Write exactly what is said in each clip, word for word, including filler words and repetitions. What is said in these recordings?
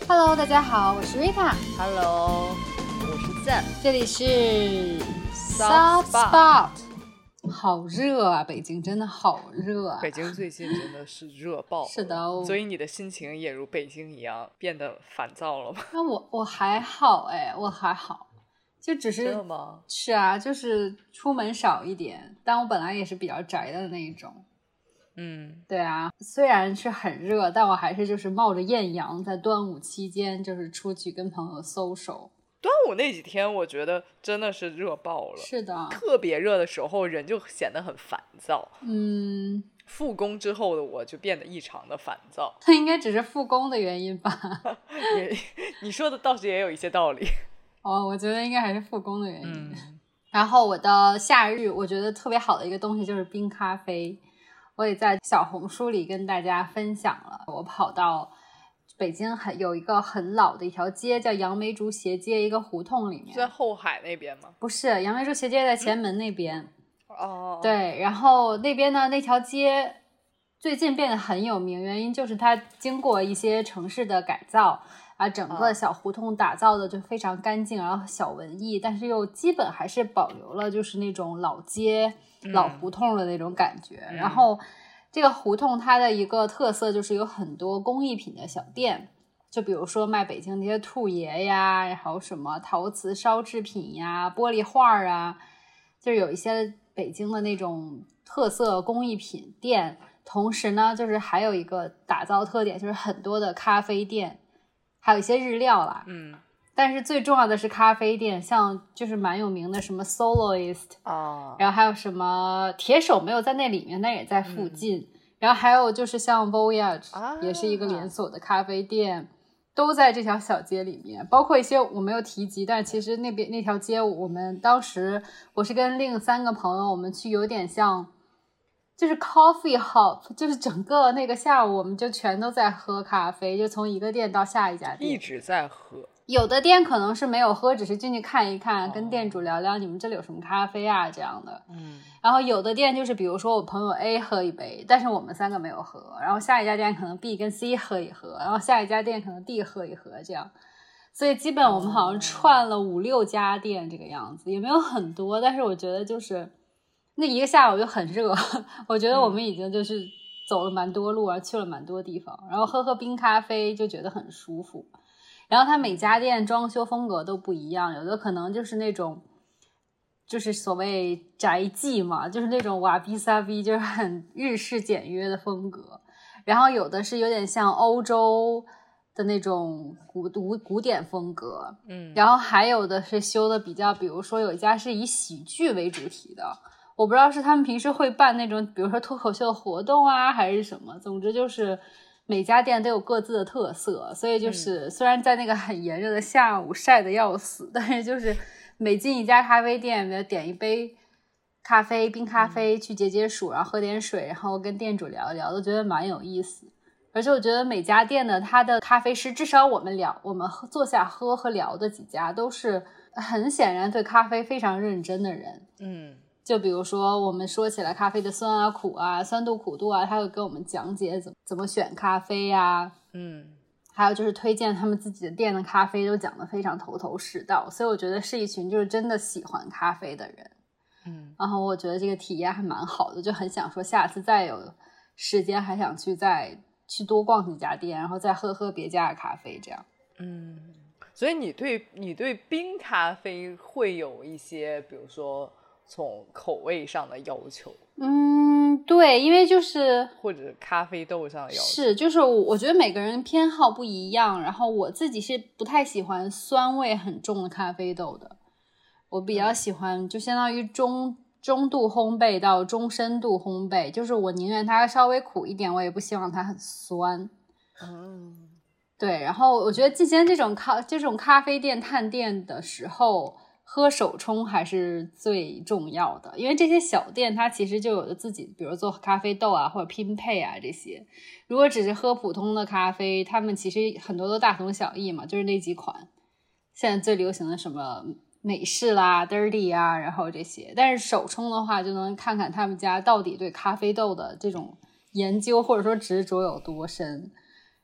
Hello， 大家好，我是 Rita。 Hello， 我是 Sam， 这里是 Soft Spot。好热啊，北京真的好热啊！ 北京最近真的是热爆了。 是的、哦， 所以你的心情也如北京一样变得烦躁了吗？ 那我我还好哎，我还好，就只是真的吗？ 是啊，就是出门少一点，但我本来也是比较宅的那一种。 嗯， 对啊，虽然是很热，但我还是就是冒着艳阳，在端午期间就是出去跟朋友social。 端午那几天我觉得真的是热爆了。 是的， 特别热的时候人就显得很烦躁。 嗯， 复工之后的我就变得异常的烦躁。 那应该只是复工的原因吧？ 也你说的倒是也有一些道理。 哦，我觉得应该还是复工的原因。 嗯、 然后我的夏日我觉得特别好的一个东西就是冰咖啡。我也在小红书里跟大家分享了，我跑到北京很有一个很老的一条街叫杨梅竹斜街，一个胡同里面。 在后海那边吗？ 不是，杨梅竹斜街在前门那边。 哦、嗯， 对，然后那边呢，那条街最近变得很有名，原因就是它经过一些城市的改造啊，整个小胡同打造的就非常干净，然后小文艺，但是又基本还是保留了就是那种老街、嗯、老胡同的那种感觉、嗯、然后这个胡同它的一个特色就是有很多工艺品的小店，就比如说卖北京那些兔爷呀，然后什么陶瓷烧制品呀、玻璃画啊，就是有一些北京的那种特色工艺品店。同时呢，就是还有一个打造特点，就是很多的咖啡店，还有一些日料啦。 嗯， 但是最重要的是咖啡店，像就是蛮有名的什么 Soloist 啊， 然后还有什么铁手没有在那里面，但也在附近。嗯、然后还有就是像 Voyage、啊、也是一个连锁的咖啡店，都在这条小街里面。包括一些我没有提及，但其实那边那条街，我们当时我是跟另三个朋友，我们去有点像。就是 coffee hop， 就是整个那个下午我们就全都在喝咖啡，就从一个店到下一家店一直在喝。 有的店可能是没有喝，只是进去看一看、哦、跟店主聊聊你们这里有什么咖啡啊这样的。 嗯， 然后有的店就是比如说我朋友 A 喝一杯，但是我们三个没有喝，然后下一家店可能 B 跟 C 喝一喝，然后下一家店可能 D 喝一喝这样。所以基本我们好像串了五六家店这个样子，也没有很多，但是我觉得就是那一个下午就很热，我觉得我们已经就是走了蛮多路啊，去了蛮多地方，然后喝喝冰咖啡就觉得很舒服。然后它每家店装修风格都不一样，有的可能就是那种就是所谓宅记嘛，就是那种瓦比萨比，就是很日式简约的风格。然后有的是有点像欧洲的那种古古古典风格， 嗯， 然后还有的是修的比较，比如说有一家是以喜剧为主题的。我不知道是他们平时会办那种比如说脱口秀的活动啊还是什么，总之就是每家店都有各自的特色，所以就是、嗯、虽然在那个很炎热的下午晒得要死，但是就是每进一家咖啡店点一杯咖啡冰咖啡去解解暑，然后喝点水，然后跟店主聊一聊，都觉得蛮有意思。而且我觉得每家店的它的咖啡师，至少我们聊我们坐下喝和聊的几家都是很显然对咖啡非常认真的人。 嗯， 就比如说我们说起来咖啡的酸啊苦啊酸度苦度啊，他会给我们讲解怎么怎么选咖啡呀、啊、 嗯， 还有就是推荐他们自己的店的咖啡都讲得非常头头是道，所以我觉得是一群就是真的喜欢咖啡的人。 嗯， 然后我觉得这个体验还蛮好的，就很想说下次再有时间还想去再去多逛几家店，然后再喝喝别家的咖啡这样。 嗯，所以你对你对冰咖啡会有一些比如说从口味上的要求？ 嗯，对，因为就是或者咖啡豆上的要求是，就是我觉得每个人偏好不一样，然后我自己是不太喜欢酸味很重的咖啡豆的，我比较喜欢就相当于中中度烘焙到中深度烘焙，就是我宁愿它稍微苦一点，我也不希望它很酸。 嗯， 对，然后我觉得之前这种咖这种咖啡店探店的时候喝手冲还是最重要的，因为这些小店它其实就有的自己比如做咖啡豆啊或者拼配啊这些，如果只是喝普通的咖啡，他们其实很多都大同小异嘛，就是那几款现在最流行的什么美式啦 dirty 啊然后这些，但是手冲的话就能看看他们家到底对咖啡豆的这种研究或者说执着有多深。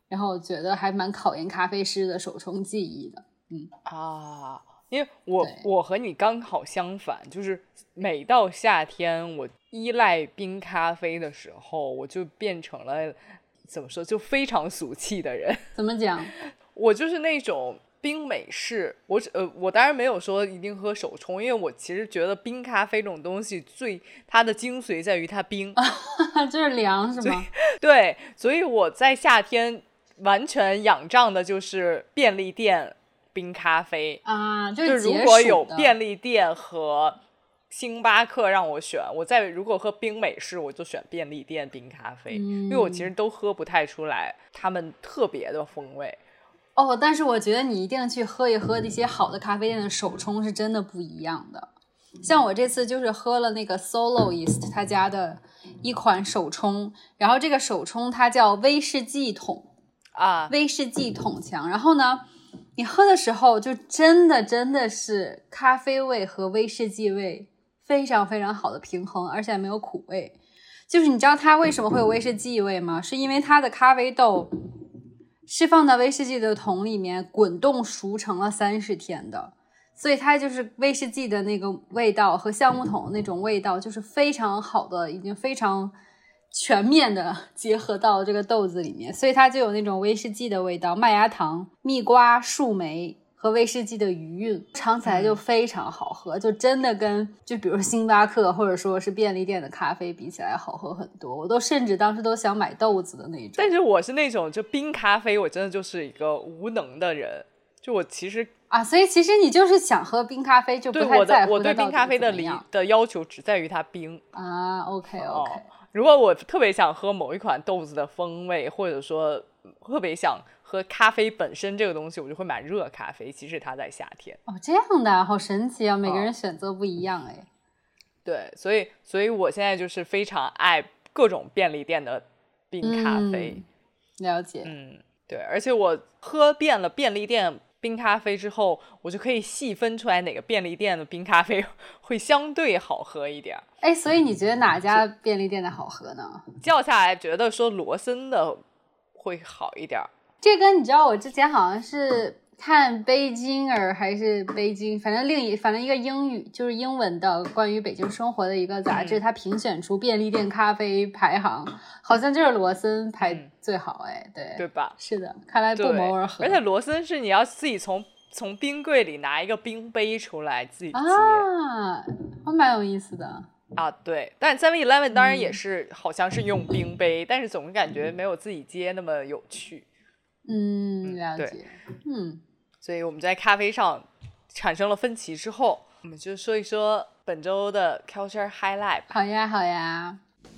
然后我觉得还蛮考验咖啡师的手冲技艺的。嗯啊，因为我我和你刚好相反，就是每到夏天我依赖冰咖啡的时候，我就变成了怎么说就非常俗气的人。 怎么讲？ 我就是那种冰美式，我呃我当然没有说一定喝手冲，因为我其实觉得冰咖啡这种东西最它的精髓在于它冰， 就是凉是吗？ 对，所以我在夏天完全仰仗的就是便利店冰咖啡啊，就是如果有便利店和星巴克让我选，我在如果喝冰美式我就选便利店冰咖啡、嗯、因为我其实都喝不太出来他们特别的风味哦。但是我觉得你一定去喝一喝这些好的咖啡店的手冲是真的不一样的。像我这次就是喝了那个 Soloist 他家的一款手冲，然后这个手冲它叫威士忌桶啊， 威士忌桶强，然后呢你喝的时候就真的真的是咖啡味和威士忌味非常非常好的平衡，而且没有苦味。就是你知道它为什么会有威士忌味吗？是因为它的咖啡豆是放在威士忌的桶里面滚动熟成了三十天的，所以它就是威士忌的那个味道和橡木桶那种味道就是非常好的，已经非常全面的结合到这个豆子里面，所以它就有那种威士忌的味道，麦芽糖、蜜瓜、树莓和威士忌的余韵，尝起来就非常好喝、嗯、就真的跟就比如星巴克或者说是便利店的咖啡比起来好喝很多，我都甚至当时都想买豆子的那种。 但是我是那种就冰咖啡我真的就是一个无能的人，就我其实啊，所以其实你就是想喝冰咖啡就不太在乎我对冰咖啡的理的要求只在于它冰啊 OK OK、哦、 如果我特别想喝某一款豆子的风味，或者说特别想喝咖啡本身这个东西，我就会买热咖啡，即使它在夏天。 哦，这样的啊，好神奇啊，每个人选择不一样哎、哦。 对，所以所以我现在就是非常爱各种便利店的冰咖啡、嗯、 了解。 嗯，对，而且我喝遍了便利店冰咖啡之后，我就可以细分出来哪个便利店的冰咖啡会相对好喝一点。 哎，所以你觉得哪家便利店的好喝呢？ 叫下来觉得说罗森的会好一点。 这个你知道我之前好像是看北京儿还是北京，反正另一反正一个英语就是英文的关于北京生活的一个杂志、嗯、它评选出便利店咖啡排行，好像就是罗森排最好。哎、嗯，对对吧？ 是的，看来不谋而合。 而且罗森是你要自己从从冰柜里拿一个冰杯出来自己接啊，还蛮有意思的啊。对，但 seven eleven 当然也是、嗯、好像是用冰杯，但是总感觉没有自己接那么有趣。 嗯，了解。嗯， 所以我们在咖啡上产生了分歧之后，我们就说一说本周的 culture highlight 吧。 好呀好呀。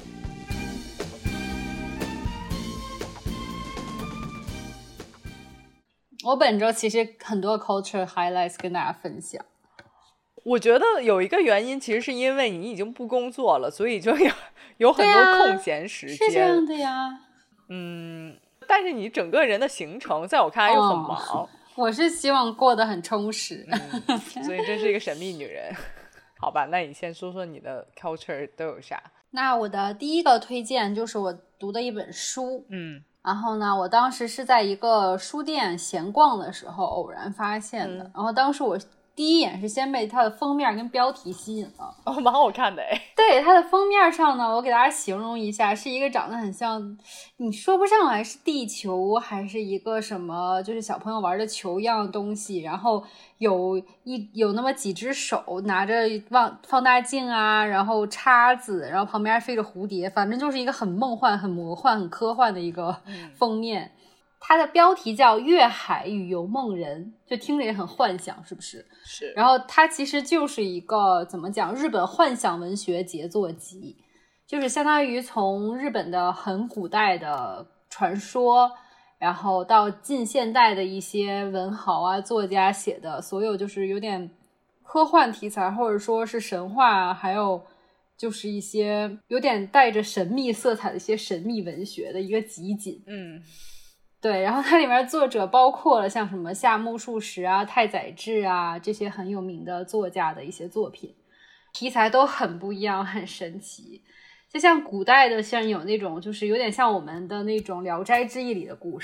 我本周其实很多 culture highlights 跟大家分享。 我觉得有一个原因其实是因为你已经不工作了，所以就有有很多空闲时间、 啊、是这样的呀。 嗯，但是你整个人的行程在我看来又很忙、哦、 我是希望过得很充实、 嗯、所以真是一个神秘女人。好吧，那你先说说你的 culture 都有啥。 那我的第一个推荐就是我读的一本书。 嗯， 然后呢我当时是在一个书店闲逛的时候偶然发现的、嗯、然后当时我第一眼是先被它的封面跟标题吸引了。 哦，蛮好看的哎。 对，它的封面上呢，我给大家形容一下，是一个长得很像，你说不上来是地球还是一个什么，就是小朋友玩的球一样的东西，然后有一有那么几只手拿着放放大镜啊，然后叉子，然后旁边飞着蝴蝶，反正就是一个很梦幻、很魔幻、很科幻的一个封面。嗯，它的标题叫《月海与游梦人》，就听着也很幻想，是不是？ 是。 然后它其实就是一个怎么讲，日本幻想文学杰作集，就是相当于从日本的很古代的传说，然后到近现代的一些文豪啊作家写的所有就是有点科幻题材或者说是神话，还有就是一些有点带着神秘色彩的一些神秘文学的一个集锦。 嗯。 对，然后它里面作者包括了像什么夏目漱石啊、太宰治啊这些很有名的作家的一些作品，题材都很不一样，很神奇。就像古代的，像有那种就是有点像我们的那种《聊斋志异》里的故事，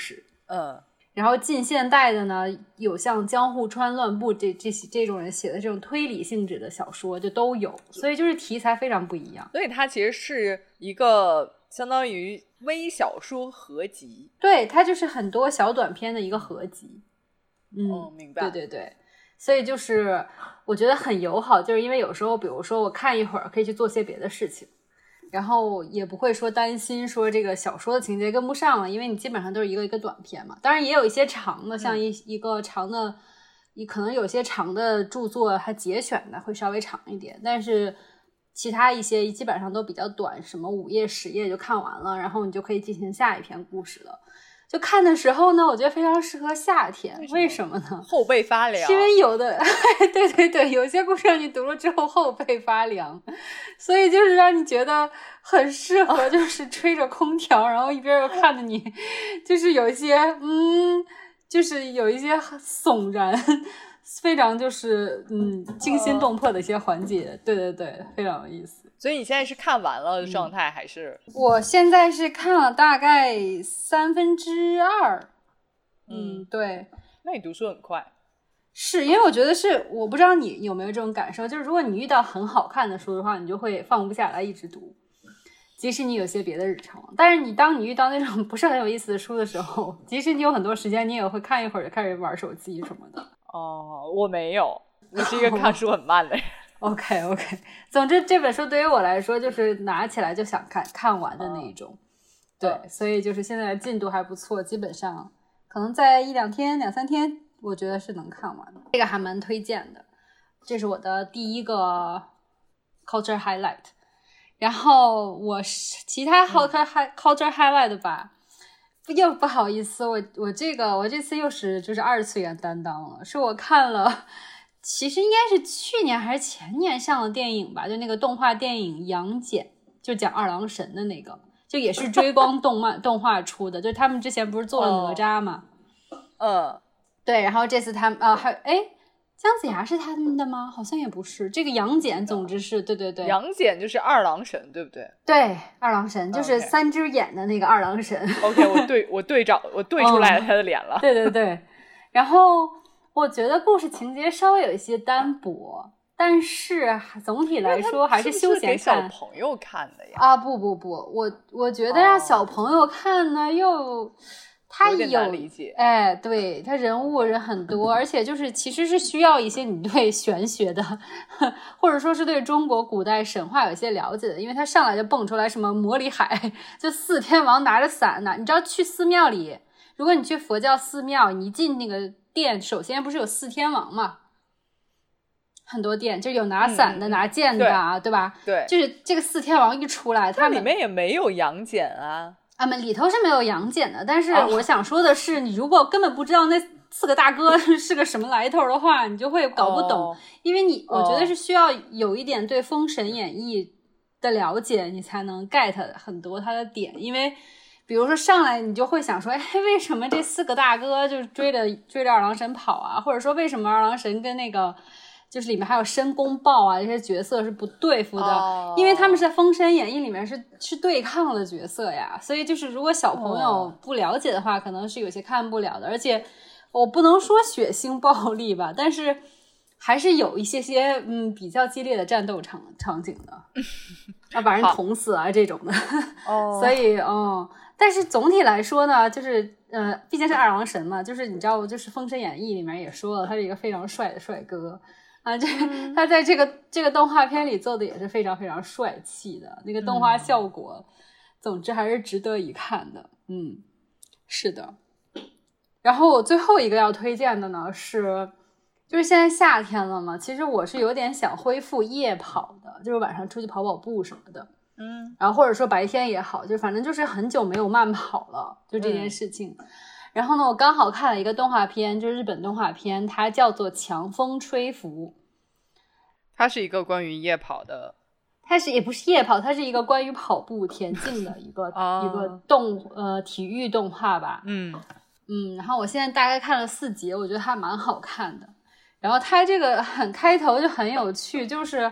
嗯， 然后近现代的呢，有像江户川乱步这这这种人写的这种推理性质的小说就都有，所以就是题材非常不一样。 所以它其实是一个相当于微小说合集。 对，它就是很多小短篇的一个合集。嗯， 哦、明白。 对对对，所以就是我觉得很友好，就是因为有时候比如说我看一会儿可以去做些别的事情，然后也不会说担心说这个小说的情节跟不上了，因为你基本上都是一个一个短篇嘛。当然也有一些长的，像一、嗯、一个长的，你可能有些长的著作它节选的会稍微长一点，但是其他一些基本上都比较短，什么五页十页就看完了，然后你就可以进行下一篇故事了。就看的时候呢，我觉得非常适合夏天。为什么, 为什么呢？ 后背发凉。 是因为有的对对对，有些故事让你读了之后后背发凉，所以就是让你觉得很适合，就是吹着空调然后一边又看着你就是有一些嗯就是有一些悚然非常就是嗯惊心动魄的一些环节。对对对，非常有意思。 所以你现在是看完了的状态、嗯、还是？ 我现在是看了大概三分之二。嗯，对。 那你读书很快。 是因为我觉得是，我不知道你有没有这种感受，就是如果你遇到很好看的书的话，你就会放不下来一直读，即使你有些别的日程。但是你当你遇到那种不是很有意思的书的时候，即使你有很多时间，你也会看一会儿就开始玩手机什么的。 哦，我没有，我是一个看书很慢的人。 OK OK， 总之这本书对于我来说就是拿起来就想看看完的那一种、嗯、对、嗯、所以就是现在的进度还不错，基本上可能在一两天两三天我觉得是能看完的，这个还蛮推荐的。这是我的第一个 culture highlight。 然后我其他 culture,、嗯、culture highlight 吧，又不好意思，我我这个我这次又是就是二次元担当了，是我看了其实应该是去年还是前年上的电影吧，就那个动画电影《杨戬》，就讲二郎神的那个，就也是追光动漫动画出的，就他们之前不是做了哪吒嘛， 嗯、哦， 对，然后这次他们啊还哎姜子牙是他们的吗？好像也不是，这个杨戬总之是对对对， 杨戬就是二郎神对不对？ 对，二郎神就是三只眼的那个二郎神。 OK， 我对我对照我对出来了他的脸了、 嗯、对对对，然后我觉得故事情节稍微有一些单薄，但是总体来说还是休闲看。 是不是给小朋友看的呀？ 啊不不不，我我觉得让小朋友看呢，哦、又他有, 有点难理解。 哎，对，他人物人很多，而且就是其实是需要一些你对玄学的，或者说是对中国古代神话有一些了解的，因为他上来就蹦出来什么魔里海，就四天王拿着伞呢。你知道去寺庙里，如果你去佛教寺庙，你一进那个店，首先不是有四天王嘛，很多店就有拿伞的、嗯、拿剑的啊， 对, 对吧？ 对， 就是这个四天王一出来，他们里面也没有杨戬啊， 啊们里头是没有杨戬的，但是我想说的是，哦、你如果根本不知道那四个大哥是个什么来头的话，你就会搞不懂，哦、因为你我觉得是需要有一点对《封神演义》的了解，你才能 get 很多它的点，因为。比如说上来你就会想说，哎，为什么这四个大哥就追着追着二郎神跑啊？或者说为什么二郎神跟那个就是里面还有申公豹啊这些角色是不对付的？哦、因为他们是在《封神演义》里面是是对抗的角色呀，所以就是如果小朋友不了解的话，哦、可能是有些看不了的。而且我不能说血腥暴力吧，但是还是有一些些嗯比较激烈的战斗场场景的，要把人捅死啊这种的。哦，所以嗯。但是总体来说呢，就是呃，毕竟是二郎神嘛，就是你知道，就是《封神演义》里面也说了，他是一个非常帅的帅哥啊，这嗯、 他在这个这个动画片里做的也是非常非常帅气的，那个动画效果，嗯、总之还是值得一看的。嗯，是的。然后我最后一个要推荐的呢是，就是现在夏天了嘛，其实我是有点想恢复夜跑的，就是晚上出去跑跑步什么的。 嗯， 然后或者说白天也好，就反正就是很久没有慢跑了，就这件事情。嗯、然后呢，我刚好看了一个动画片，就是日本动画片，它叫做《强风吹拂》。 它是一个关于夜跑的， 它是也不是夜跑，它是一个关于跑步田径的一个、哦、一个动呃体育动画吧。 嗯嗯，然后我现在大概看了四集，我觉得还蛮好看的。然后它这个很开头就很有趣，就是。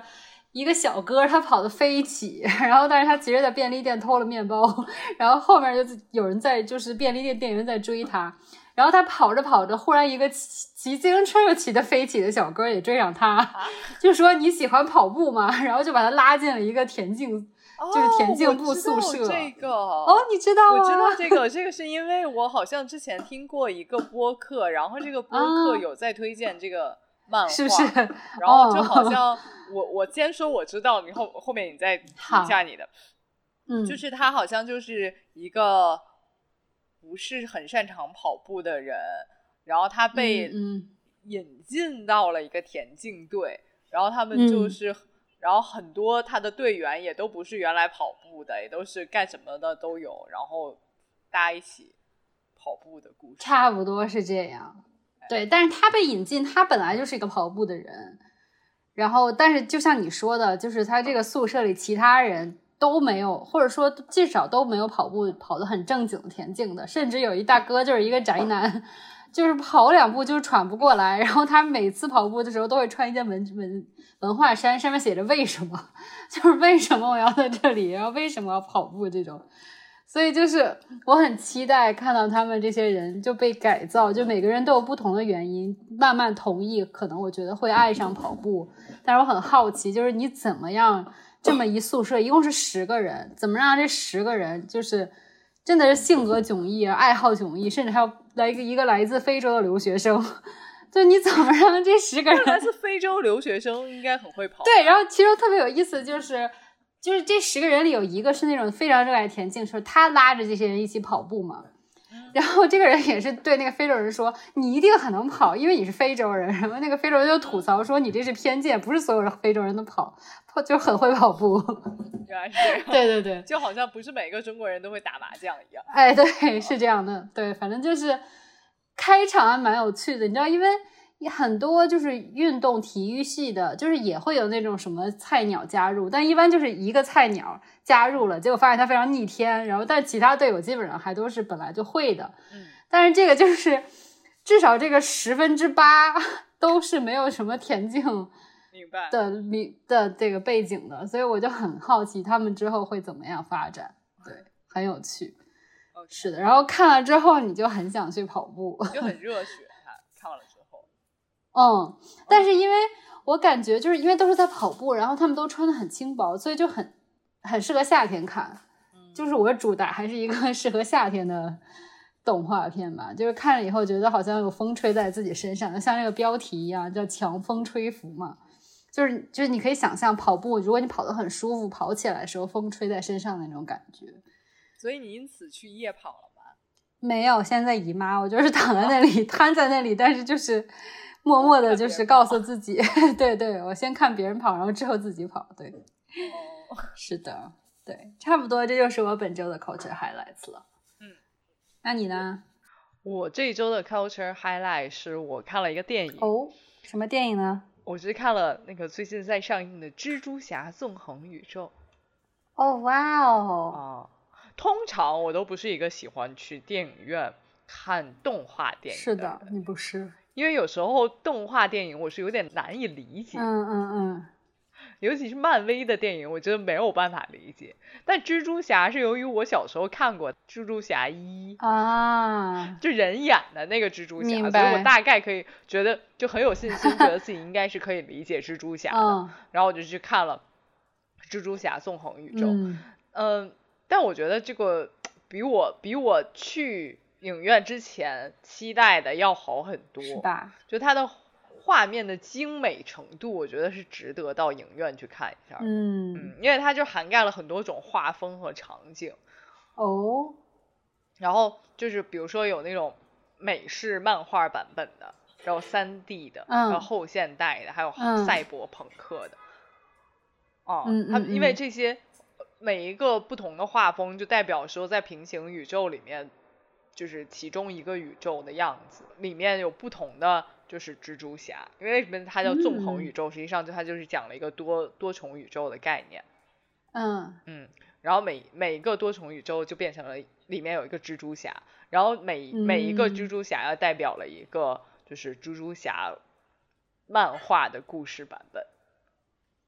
一个小哥他跑得飞起，然后但是他其实在便利店偷了面包，然后后面就有人在就是便利店店员在追他，然后他跑着跑着忽然一个骑骑自行车又骑得飞起的小哥也追上他，就说你喜欢跑步吗？然后就把他拉进了一个田径、哦、就是田径部宿舍。 这个哦，你知道吗？ 我知道这个这个是因为我好像之前听过一个播客，然后这个播客有在推荐这个漫画、啊、 是不是？ 然后就好像、哦、我我先说我知道，你后后面你再提一下你的。 嗯， 就是他好像就是一个不是很擅长跑步的人，然后他被引进到了一个田径队、嗯、然后他们就是、嗯、然后很多他的队员也都不是原来跑步的，也都是干什么的都有，然后大家一起跑步的故事， 差不多是这样。对，但是他被引进，他本来就是一个跑步的人，然后但是就像你说的，就是他这个宿舍里其他人都没有，或者说至少都没有跑步跑得很正经的田径的，甚至有一大哥就是一个宅男，就是跑两步就是喘不过来，然后他每次跑步的时候都会穿一件文文文化衫，上面写着为什么，就是为什么我要在这里，然后为什么要跑步这种。所以就是我很期待看到他们这些人就被改造，就每个人都有不同的原因慢慢同意可能我觉得会爱上跑步，但是我很好奇就是你怎么样这么一宿舍一共是十个人，怎么让这十个人就是真的是性格迥异爱好迥异，甚至还有来一个一个来自非洲的留学生，就你怎么让这十个人来自非洲留学生应该很会跑。 对，然后其中特别有意思就是就是这十个人里有一个是那种非常热爱田径，说他拉着这些人一起跑步嘛，然后这个人也是对那个非洲人说你一定很能跑，因为你是非洲人，然后那个非洲人就吐槽说你这是偏见，不是所有的非洲人都跑就很会跑步。 原来是这样。 对对对， 就好像不是每个中国人都会打麻将一样。 哎，对，是这样的。对，反正就是开场还蛮有趣的，你知道因为很多就是运动体育系的就是也会有那种什么菜鸟加入，但一般就是一个菜鸟加入了，结果发现他非常逆天，然后但其他队友基本上还都是本来就会的。 嗯， 但是这个就是至少这个十分之八都是没有什么田径的的这个背景的，所以我就很好奇他们之后会怎么样发展。对，很有趣。 Okay. 是的，然后看了之后你就很想去跑步， 就很热血。看了之后嗯，但是因为我感觉就是因为都是在跑步，然后他们都穿得很轻薄，所以就很很适合夏天看。就是我主打还是一个适合夏天的动画片吧，就是看了以后觉得好像有风吹在自己身上，像那个标题一样叫强风吹拂嘛，就是就是你可以想象跑步如果你跑得很舒服，跑起来的时候风吹在身上的那种感觉。 所以你因此去夜跑了吗？ 没有，现在姨妈，我就是躺在那里瘫在那里，但是就是默默的就是告诉自己对对，我先看别人跑，然后之后自己跑。对、哦、是的，对，差不多这就是我本周的 culture highlights 了。 嗯， 那你呢？ 我这一周的 culture highlight 是我看了一个电影。 哦，什么电影呢？ 我是看了那个最近在上映的蜘蛛侠纵横宇宙。 哦，哇哦。 啊，通常我都不是一个喜欢去电影院看动画电影的。 是的，你不是。 因为有时候动画电影我是有点难以理解。 嗯嗯嗯。 尤其是漫威的电影我觉得没有办法理解，但蜘蛛侠是由于我小时候看过蜘蛛侠一啊， 就人演的那个蜘蛛侠，所以我大概可以觉得就很有信心觉得自己应该是可以理解蜘蛛侠的、嗯、然后我就去看了蜘蛛侠纵横宇宙。嗯、呃，但我觉得这个比我比我去影院之前期待的要好很多， 是吧？ 就它的画面的精美程度我觉得是值得到影院去看一下。 嗯嗯，因为它就涵盖了很多种画风和场景。 哦， 然后就是比如说有那种美式漫画版本的，然后 三 D 的、 嗯、 然后后现代的，还有赛博朋克的。哦、 嗯， 它因为这些每一个不同的画风就代表说在平行宇宙里面就是其中一个宇宙的样子，里面有不同的就是蜘蛛侠，因为为什么它叫纵横宇宙、嗯、实际上就它就是讲了一个多多重宇宙的概念。 嗯嗯，然后每每一个多重宇宙就变成了里面有一个蜘蛛侠，然后每每一个蜘蛛侠要代表了一个就是蜘蛛侠漫画的故事版本。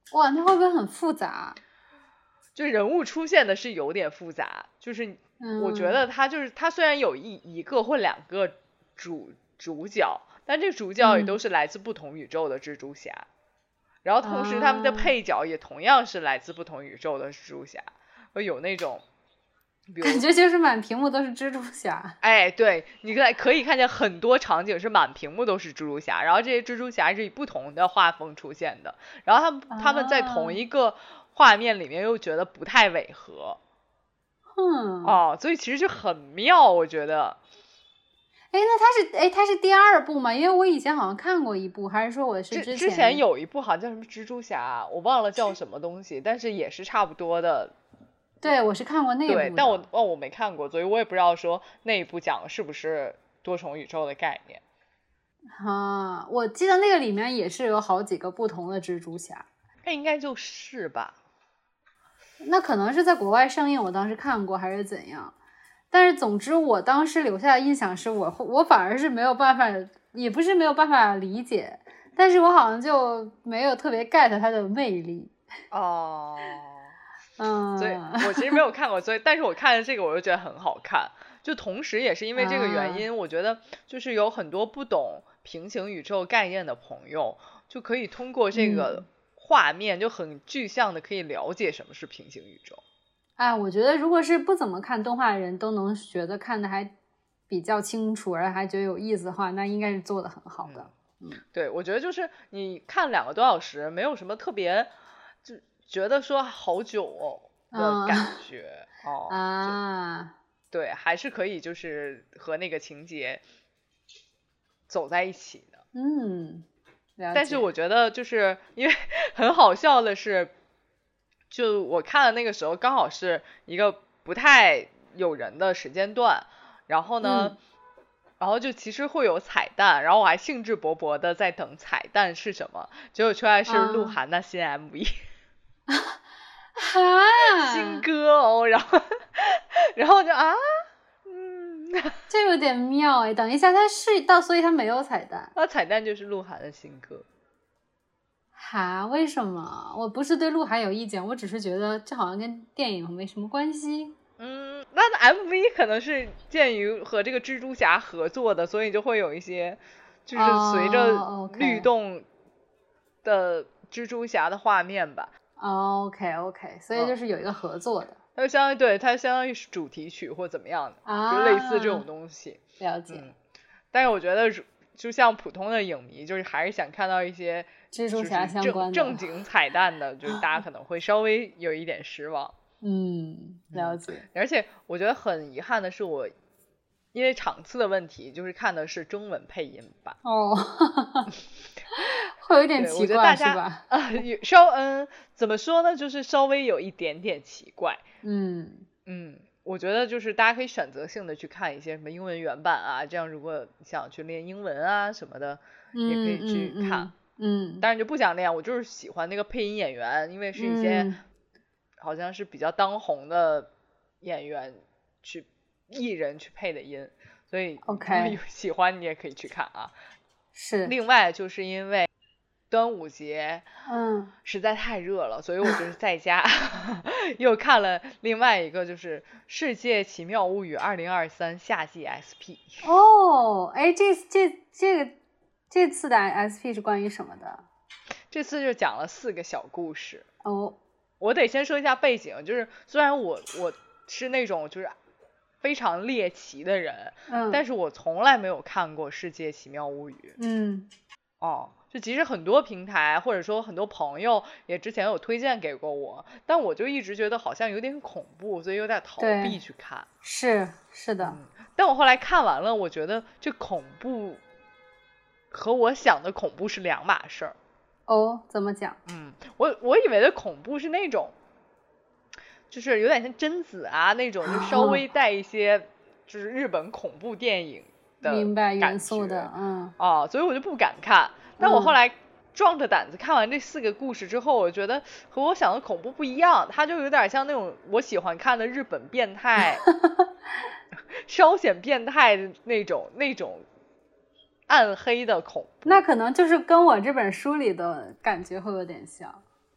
哇，那会不会很复杂？ 就人物出现的是有点复杂，就是我觉得他就是他虽然有一一个或两个主主角，但这主角也都是来自不同宇宙的蜘蛛侠，嗯、然后同时他们的配角也同样是来自不同宇宙的蜘蛛侠，会有那种比如感觉就是满屏幕都是蜘蛛侠。 哎，对，你可可以看见很多场景是满屏幕都是蜘蛛侠，然后这些蜘蛛侠是以不同的画风出现的，然后他们、啊、他们在同一个画面里面又觉得不太违和， 嗯， 哦，所以其实就很妙，我觉得。 哎，那它是哎，它是第二部吗？因为我以前好像看过一部，还是说我是之前之前有一部好像叫什么蜘蛛侠，我忘了叫什么东西，但是也是差不多的。 对，我是看过那一部， 对，但我哦我没看过，所以我也不知道说那一部讲的是不是多重宇宙的概念。 啊，我记得那个里面也是有好几个不同的蜘蛛侠。 那应该就是吧。 那可能是在国外上映，我当时看过还是怎样。但是总之我当时留下的印象是我我反而是没有办法，也不是没有办法理解，但是我好像就没有特别 get 它的魅力。 哦， 嗯， 所以我其实没有看过，所以但是我看了这个我就觉得很好看，就同时也是因为这个原因、啊、我觉得就是有很多不懂平行宇宙概念的朋友就可以通过这个画面就很具象的可以了解什么是平行宇宙。 哎，我觉得如果是不怎么看动画的人都能觉得看的还比较清楚，而还觉得有意思的话，那应该是做的很好的。 嗯，嗯对，我觉得就是你看两个多小时，没有什么特别就觉得说好久哦的感觉、嗯、哦啊， 对，还是可以就是和那个情节走在一起的。 嗯， 但是我觉得就是因为很好笑的是。就我看的那个时候刚好是一个不太有人的时间段，然后呢、嗯、然后就其实会有彩蛋，然后我还兴致勃勃的在等彩蛋是什么，结果出来是鹿晗的新 M V、 啊、哈新歌哦，然后然后就啊嗯这有点妙哎，等一下他是到所以他没有彩蛋， 那彩蛋就是鹿晗的新歌。 哈，为什么？我不是对鹿晗有意见，我只是觉得这好像跟电影没什么关系。 嗯，那 M V 可能是鉴于和这个蜘蛛侠合作的，所以就会有一些就是随着律动的蜘蛛侠的画面吧。 哦、OK OK， 所以就是有一个合作的。 它就相当于对它相当于是主题曲或怎么样的， 啊、 就类似这种东西。 了解、 嗯。但是我觉得就像普通的影迷，就是还是想看到一些蜘蛛侠相关的正经彩蛋的，就是大家可能会稍微有一点失望。 嗯，了解、 嗯。而且我觉得很遗憾的是，我因为场次的问题，就是看的是中文配音版。 哦，会有一点奇怪， 是吧？啊、呃，稍嗯，怎么说呢？就是稍微有一点点奇怪。 嗯嗯。我觉得就是大家可以选择性的去看一些什么英文原版啊，这样如果想去练英文啊什么的， 嗯、 也可以去看。 嗯， 当然就不想练，我就是喜欢那个配音演员，因为是一些、嗯、好像是比较当红的演员去艺人去配的音，所以 OK 喜欢你也可以去看啊。 是。 另外就是因为端午节， 嗯， 实在太热了，所以我就是在家又看了另外一个，就是《世界奇妙物语二零二三夏季 S P》。 哦，哎，这这这个这次的 S P 是关于什么的？ 这次就讲了四个小故事。 哦， 我得先说一下背景，就是虽然我我是那种就是非常猎奇的人， 嗯， 但是我从来没有看过《世界奇妙物语》。 嗯， 哦。就即使很多平台或者说很多朋友也之前有推荐给过我，但我就一直觉得好像有点恐怖，所以有点逃避去看。 是是的、 嗯，但我后来看完了，我觉得这恐怖和我想的恐怖是两码事儿。 哦，怎么讲？ 嗯，我我以为的恐怖是那种就是有点像贞子啊那种，就稍微带一些就是日本恐怖电影的明白元素的，嗯啊，所以我就不敢看。但我后来壮着胆子看完这四个故事之后，我觉得和我想的恐怖不一样，它就有点像那种我喜欢看的日本变态稍显变态的那种那种暗黑的恐怖。 那可能就是跟我这本书里的感觉会有点像。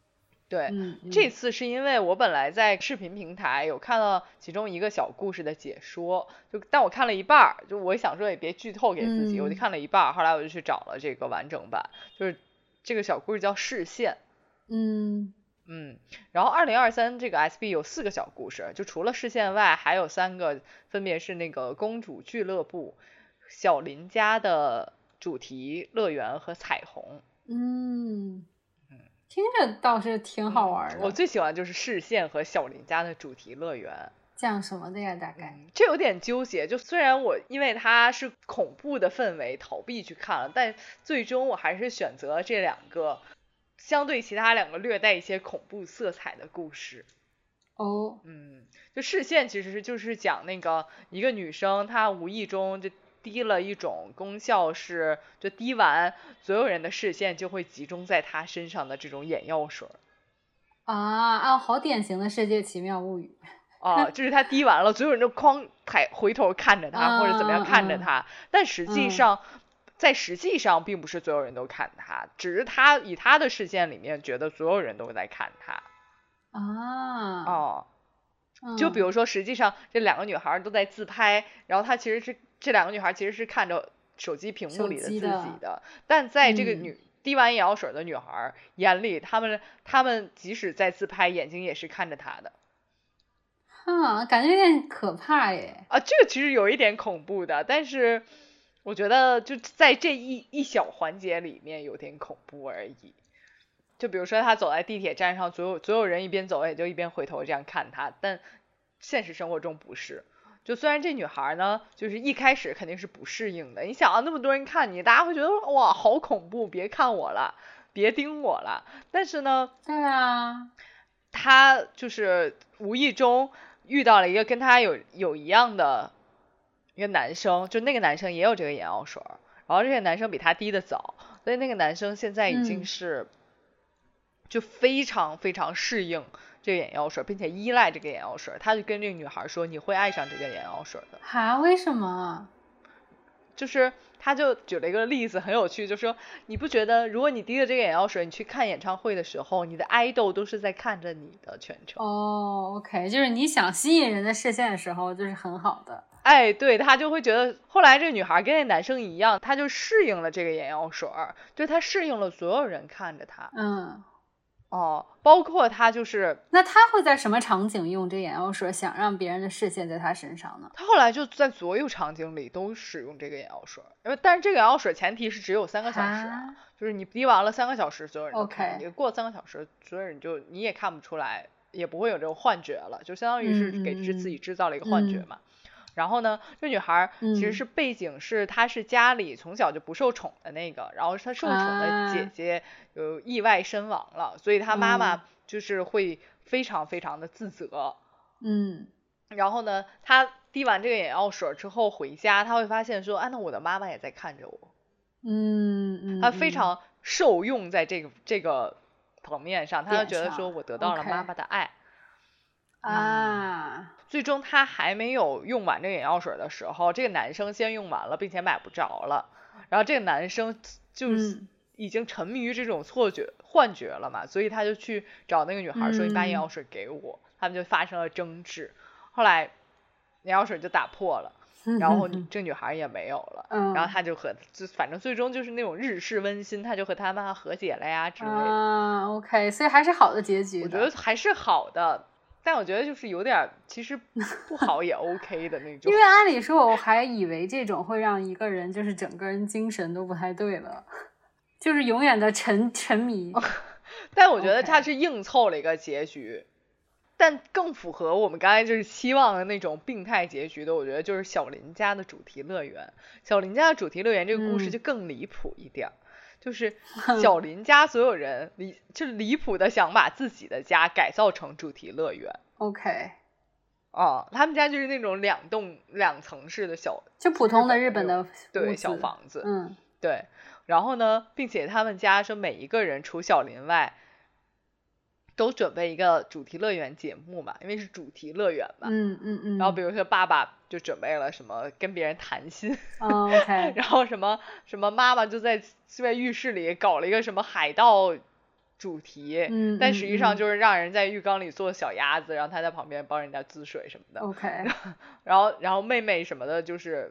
对、 嗯嗯、 这次是因为我本来在视频平台有看到其中一个小故事的解说，就但我看了一半，就我想说也别剧透给自己、 嗯、 我就看了一半，后来我就去找了这个完整版，就是这个小故事叫视线。 嗯嗯，然后二零二三这个 S B 有四个小故事，就除了视线外还有三个，分别是那个公主俱乐部、小林家的主题乐园和彩虹。 嗯听着倒是挺好玩的、 嗯、我最喜欢就是视线和小林家的主题乐园。 讲什么的呀大概、 嗯、这有点纠结，就虽然我因为它是恐怖的氛围逃避去看了，但最终我还是选择这两个相对其他两个略带一些恐怖色彩的故事。 哦， 嗯，就视线其实就是讲那个一个女生她无意中就滴了一种功效是，就滴完所有人的视线就会集中在她身上的这种眼药水。 啊啊，好典型的世界奇妙物语。 啊，就是她滴完了，所有人都哐抬回头看着她、啊、或者怎么样看着她、嗯、但实际上、嗯、在实际上并不是所有人都看她，只是她以她的视线里面觉得所有人都在看她。 啊哦，就比如说实际上这两个女孩都在自拍，然后她其实是这两个女孩其实是看着手机屏幕里的自己 的, 的但在这个女、嗯、滴完眼药水的女孩眼里，她们她们即使在自拍，眼睛也是看着她的。 哈、嗯，感觉有点可怕耶。 啊，这个其实有一点恐怖的，但是我觉得就在这一一小环节里面有点恐怖而已。就比如说他走在地铁站上，所有所有人一边走也就一边回头这样看他，但现实生活中不是。就虽然这女孩呢，就是一开始肯定是不适应的，你想啊，那么多人看你，大家会觉得哇好恐怖，别看我了，别盯我了。但是呢， 对啊， 他就是无意中遇到了一个跟他有有一样的一个男生，就那个男生也有这个眼药水，然后这个男生比他滴的早，所以那个男生现在已经是、嗯。就非常非常适应这个眼药水，并且依赖这个眼药水，他就跟这个女孩说你会爱上这个眼药水的。 哈，为什么？ 就是他就举了一个例子很有趣，就说你不觉得如果你滴了这个眼药水，你去看演唱会的时候，你的爱豆都是在看着你的全程。 哦 OK， 就是你想吸引人的视线的时候就是很好的。 哎，对，他就会觉得后来这个女孩跟那男生一样，他就适应了这个眼药水，就他适应了所有人看着他。 嗯哦，包括他就是， 那他会在什么场景用这眼药水，想让别人的视线在他身上呢？ 他后来就在所有场景里都使用这个眼药水，因为但是这个眼药水前提是只有三个小时，啊、就是你滴完了三个小时，所有人都看， okay. 你过三个小时，所有人就你也看不出来，也不会有这种幻觉了，就相当于是给自己制造了一个幻觉嘛。嗯嗯然后呢，这女孩其实是背景是、嗯、她是家里从小就不受宠的那个，然后她受宠的姐姐有意外身亡了、啊、所以她妈妈就是会非常非常的自责。 嗯， 然后呢她滴完这个眼药水之后回家，她会发现说啊，那我的妈妈也在看着我。 嗯嗯， 她非常受用在这个这个层面上，她就觉得说我得到了妈妈的爱。 啊、嗯， 最终他还没有用完这个眼药水的时候，这个男生先用完了，并且买不着了。然后这个男生就已经沉迷于这种错觉、嗯、幻觉了嘛，所以他就去找那个女孩说：“你把眼药水给我。嗯”他们就发生了争执。后来眼药水就打破了，然后这女孩也没有了。 嗯、 然后他就和就反正最终就是那种日式温馨，他就和他妈和解了呀之类的。 啊 ，OK， 所以还是好的结局的。 我觉得还是好的。但我觉得就是有点其实不好也 OK 的那种。 因为按理说我还以为这种会让一个人就是整个人精神都不太对了，就是永远的沉沉迷。 但我觉得他是硬凑了一个结局、okay. 但更符合我们刚才就是期望的那种病态结局的，我觉得就是小林家的主题乐园。小林家的主题乐园这个故事就更离谱一点、嗯就是小林家所有人离就离谱的想把自己的家改造成主题乐园。 OK， 啊，他们家就是那种两栋两层式的小， 就普通的日本的对小房子。 嗯， 对。然后呢，并且他们家说每一个人除小林外都准备一个主题乐园节目嘛，因为是主题乐园嘛。 嗯嗯嗯。 然后比如说爸爸就准备了什么跟别人谈心、 oh, OK 然后什么什么妈妈就在在浴室里搞了一个什么海盗主题， 嗯， 但实际上嗯就是让人在浴缸里做小鸭子，让他在旁边帮人家滋水什么的。 OK， 然后然后妹妹什么的，就是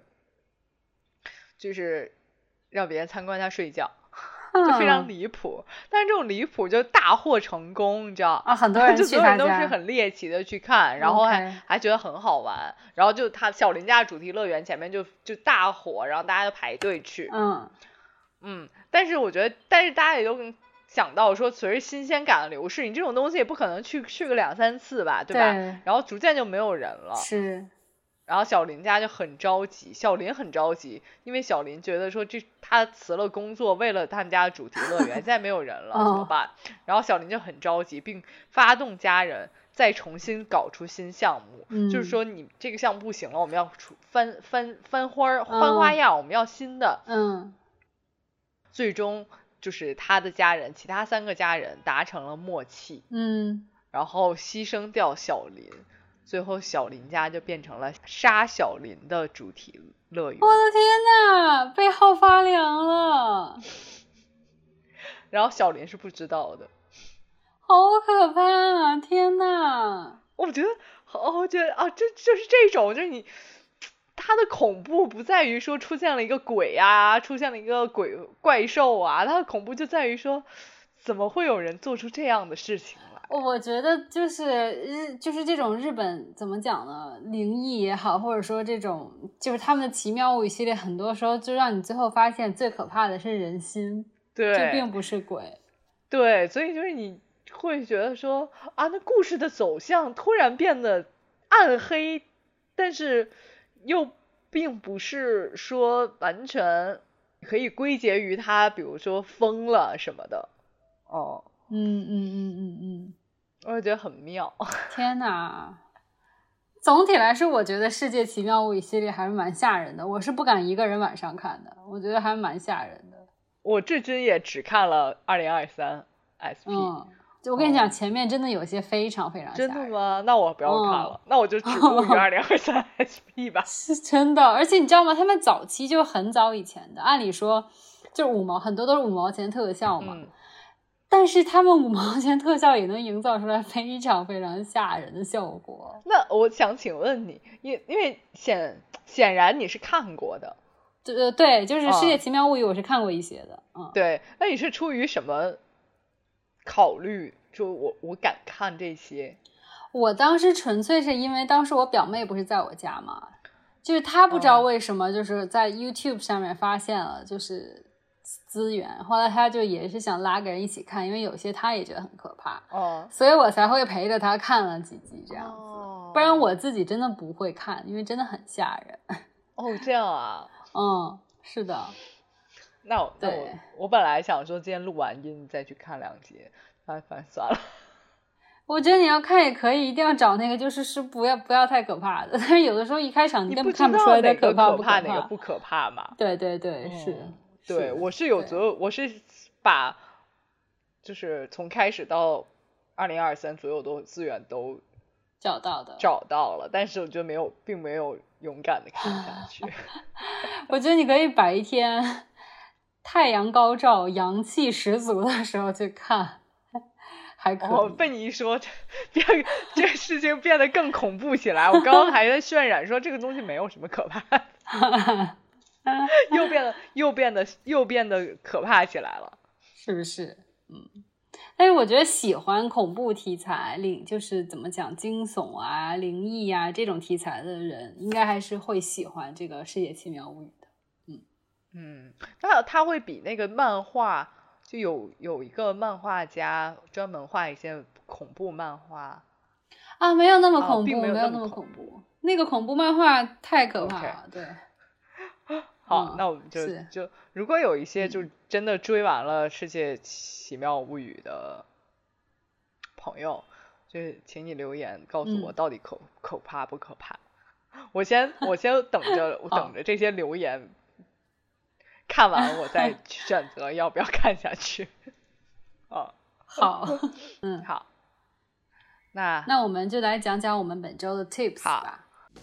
就是让别人参观他睡觉。就非常离谱，但是这种离谱就大获成功，你知道啊，很多人就所有人都家是很猎奇的去看，然后还、 okay. 还觉得很好玩，然后就他小林家主题乐园前面就就大火，然后大家就排队去， 嗯嗯，但是我觉得，但是大家也都想到说，随着新鲜感的流逝，你这种东西也不可能去去个两三次吧，对吧？ 对， 然后逐渐就没有人了， 是。 然后小林家就很着急，小林很着急，因为小林觉得说这他辞了工作，为了他们家的主题乐园，现在没有人了，怎么办？然后小林就很着急，并发动家人再重新搞出新项目， 嗯、 就是说你这个项目不行了，我们要出翻翻翻花翻花样、嗯，我们要新的。 嗯， 最终就是他的家人，其他三个家人达成了默契， 嗯， 然后牺牲掉小林。最后小林家就变成了杀小林的主题乐园。 我的天哪，背后发凉了。 然后小林是不知道的。 好可怕啊，天哪。 我觉得我觉得啊，这就是这种就是你它的恐怖不在于说出现了一个鬼啊，出现了一个鬼怪兽啊，它的恐怖就在于说怎么会有人做出这样的事情。 我觉得就是日就是这种日本怎么讲呢，灵异也好，或者说这种就是他们的奇妙物语系列，很多时候就让你最后发现最可怕的是人心， 对， 这并不是鬼。 对，所以就是你会觉得说啊，那故事的走向突然变得暗黑，但是又并不是说完全可以归结于他比如说疯了什么的。哦， 嗯嗯嗯嗯嗯， 我也觉得很妙。 天哪！总体来说，我觉得《世界奇妙物语》系列还是蛮吓人的。我是不敢一个人晚上看的，我觉得还蛮吓人的。 我至今也只看了二零二三 S P。 嗯，就我跟你讲、哦，前面真的有些非常非常吓人。 真的吗？那我不要看了，哦、那我就止步于二零二三 S P 吧。 是真的，而且你知道吗？他们早期就很早以前的，按理说就是五毛，很多都是五毛钱特效嘛。嗯，但是他们五毛钱特效也能营造出来非常非常吓人的效果。 那我想请问你，因因为显显然你是看过的， 对对，就是《世界奇妙物语》，我是看过一些的。嗯， 对，那你是出于什么考虑？就我我敢看这些？ 我当时纯粹是因为当时我表妹不是在我家嘛，就是她不知道为什么就是在 YouTube 上面发现了，就是资源，后来他就也是想拉个人一起看，因为有些他也觉得很可怕， 哦， 所以我才会陪着他看了几集这样子，哦，不然我自己真的不会看，因为真的很吓人。 哦，这样啊， 嗯，是的。 那我那我我本来想说今天录完音再去看两集，哎，反正算了。 我觉得你要看也可以，一定要找那个就是是不要不要太可怕的，但是有的时候一开场你根本看不出来的可怕不可怕，哪个不可怕嘛？ 对对对， 嗯、 是。 对，我是有左右，我是把就是从开始到二零二三左右的资源都找到的， 找到了，但是我就没有，并没有勇敢的看下去。 我觉得你可以白天太阳高照、阳气十足的时候去看，还可以。 哦，被你一说，这这个这个事情变得更恐怖起来。我刚刚还在渲染说这个东西没有什么可怕的。又变得又变得又变得可怕起来了， 是不是？嗯，但是我觉得喜欢恐怖题材，灵就是怎么讲惊悚啊、灵异啊这种题材的人，应该还是会喜欢这个《世界奇妙物语》的。嗯嗯，那他会比那个漫画，就有有一个漫画家专门画一些恐怖漫画啊，没有那么恐怖， 啊、没有那么恐怖，那个恐怖漫画太可怕了， okay. 对。 好、 嗯， 那我们就就如果有一些就真的追完了《世界奇妙物语》的朋友，就请你留言告诉我到底可、嗯、可怕不可怕。我先我先等着我等着这些留言看完，我再选择要不要看下去。哦， 好，嗯， 好，那那我们就来讲讲我们本周的 tips 吧。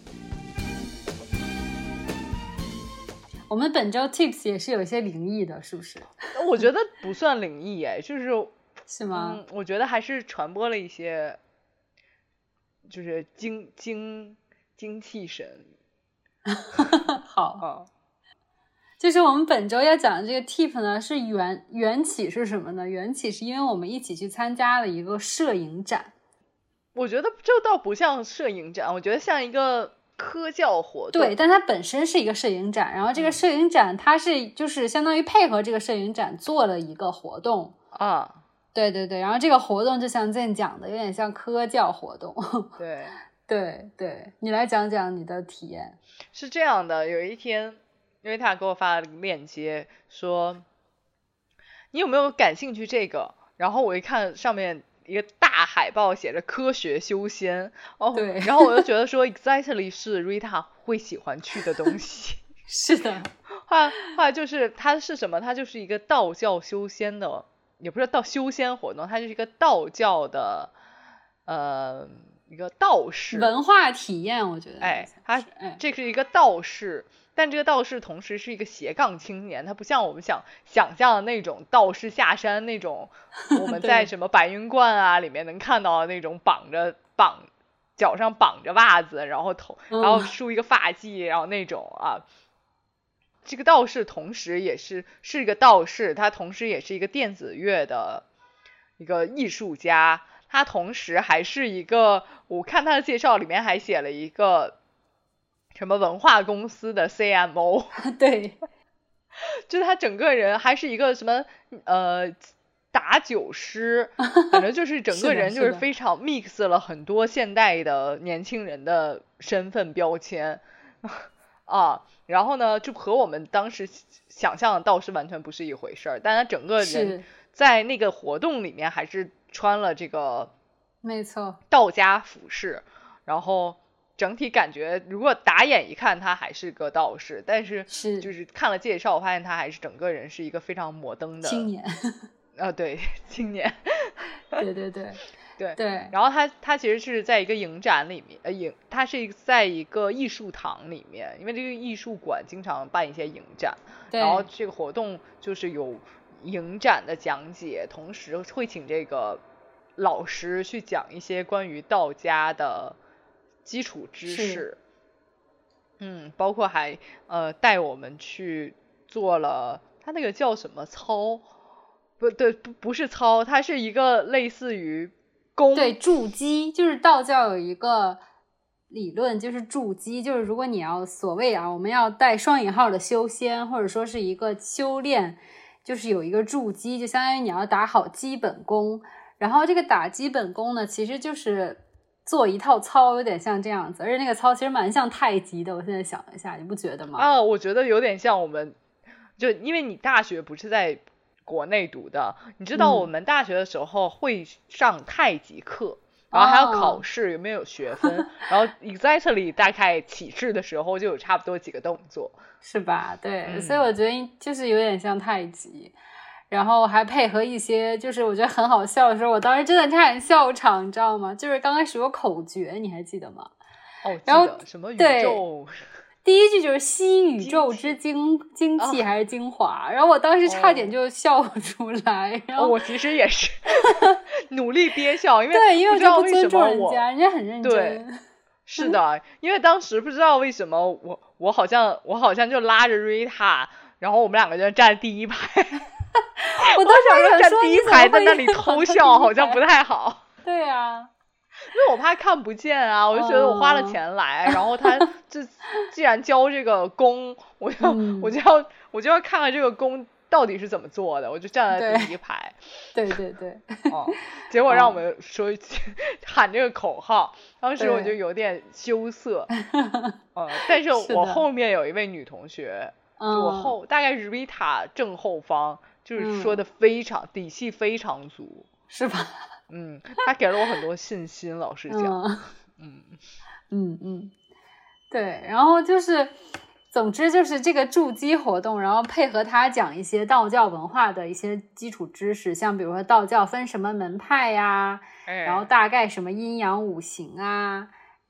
我们本周 tips 也是有一些灵异的，是不是？ 我觉得不算灵异哎，就是是吗？ 嗯，我觉得还是传播了一些，就是精精精气神。 好， 嗯， 就是我们本周要讲的这个 tip 呢，是缘缘起是什么呢？缘起是因为我们一起去参加了一个摄影展。 我觉得这倒不像摄影展，我觉得像一个科教活动。 对，但它本身是一个摄影展，然后这个摄影展它是就是相当于配合这个摄影展做了一个活动啊。 对对对，然后这个活动就像Zen讲的，有点像科教活动。 对对对，你来讲讲你的体验。 是这样的，有一天，因为他给我发了个链接，说你有没有感兴趣这个？然后我一看上面一个大海报写着科学修仙哦， 对， 然后我就觉得说 exactly 是 Rita 会喜欢去的东西。 是的， 后来后来就是它是什么？它就是一个道教修仙的。也不是道修仙活动，它就是一个道教的，呃，一个道士文化体验，我觉得。 哎，他哎， 这是一个道士，但这个道士同时是一个斜杠青年，他不像我们想想象的那种道士下山那种，我们在什么白云观啊里面能看到的那种绑着绑脚上绑着袜子，然后头然后梳一个发髻，然后那种啊。这个道士同时也是是一个道士，他同时也是一个电子乐的一个艺术家，他同时还是一个，我看他的介绍里面还写了一个什么文化公司的 C M O。 对， 就是他整个人还是一个什么呃打酒师，反正就是整个人就是非常 mix 了很多现代的年轻人的身份标签啊。然后呢，就和我们当时想象的道士完全不是一回事儿，但他整个人在那个活动里面还是穿了这个没错道家服饰，然后整体感觉如果打眼一看他还是个道士，但是就是看了介绍我发现他还是整个人是一个非常摩登的青年啊，对，青年对对对对对， 然后他他其实是在一个影展里面，呃，影他是在一个艺术堂里面，因为这个艺术馆经常办一些影展，然后这个活动就是有影展的讲解，同时会请这个老师去讲一些关于道家的基础知识，嗯，包括还呃带我们去做了他那个叫什么操，不对，不不是操，它是一个类似于。 对，筑基，就是道教有一个理论，就是筑基，就是如果你要所谓啊，我们要带双引号的修仙，或者说是一个修炼，就是有一个筑基，就相当于你要打好基本功。然后这个打基本功呢，其实就是做一套操，有点像这样子，而且那个操其实蛮像太极的。我现在想一下，你不觉得吗？ 啊，我觉得有点像我们，就因为你大学不是在国内读的，你知道我们大学的时候会上太极课，嗯、然后还要考试，有没有学分？哦、然后 exactly 大概起势的时候就有差不多几个动作， 是吧？对，嗯、所以我觉得就是有点像太极，然后还配合一些，就是我觉得很好笑的时候，我当时真的差点笑场，你知道吗？就是刚开始有口诀，你还记得吗？ 哦， 然后什么宇宙？ 第一句就是吸宇宙之精精气还是精华、哦、然后我当时差点就笑出来、哦、然后、 哦、我其实也是努力憋笑，因为对，因为不知道不尊重人家， 人家很认真。 对，是的，因为当时不知道为什么我我好像我好像就拉着 Rita， 然后我们两个就站第一排我当时想说站第一排在那里偷笑好像不太好。 对啊， 因为我怕看不见啊，我就觉得我花了钱来，哦、然后他这既然教这个功，我就、嗯、我就要我就要看看这个功到底是怎么做的，我就站在第一排。 对对对， 哦，结果让我们说、哦、喊这个口号，当时我就有点羞涩。嗯，但是我后面有一位女同学，就我后、嗯、大概是 Rita 正后方，就是说的非常、嗯、底气非常足， 是吧？ 嗯，他给了我很多信心，老实讲， 嗯嗯嗯，对，然后就是，总之就是这个筑基活动，然后配合他讲一些道教文化的一些基础知识，像比如说道教分什么门派呀、啊， 哎、 然后大概什么阴阳五行啊，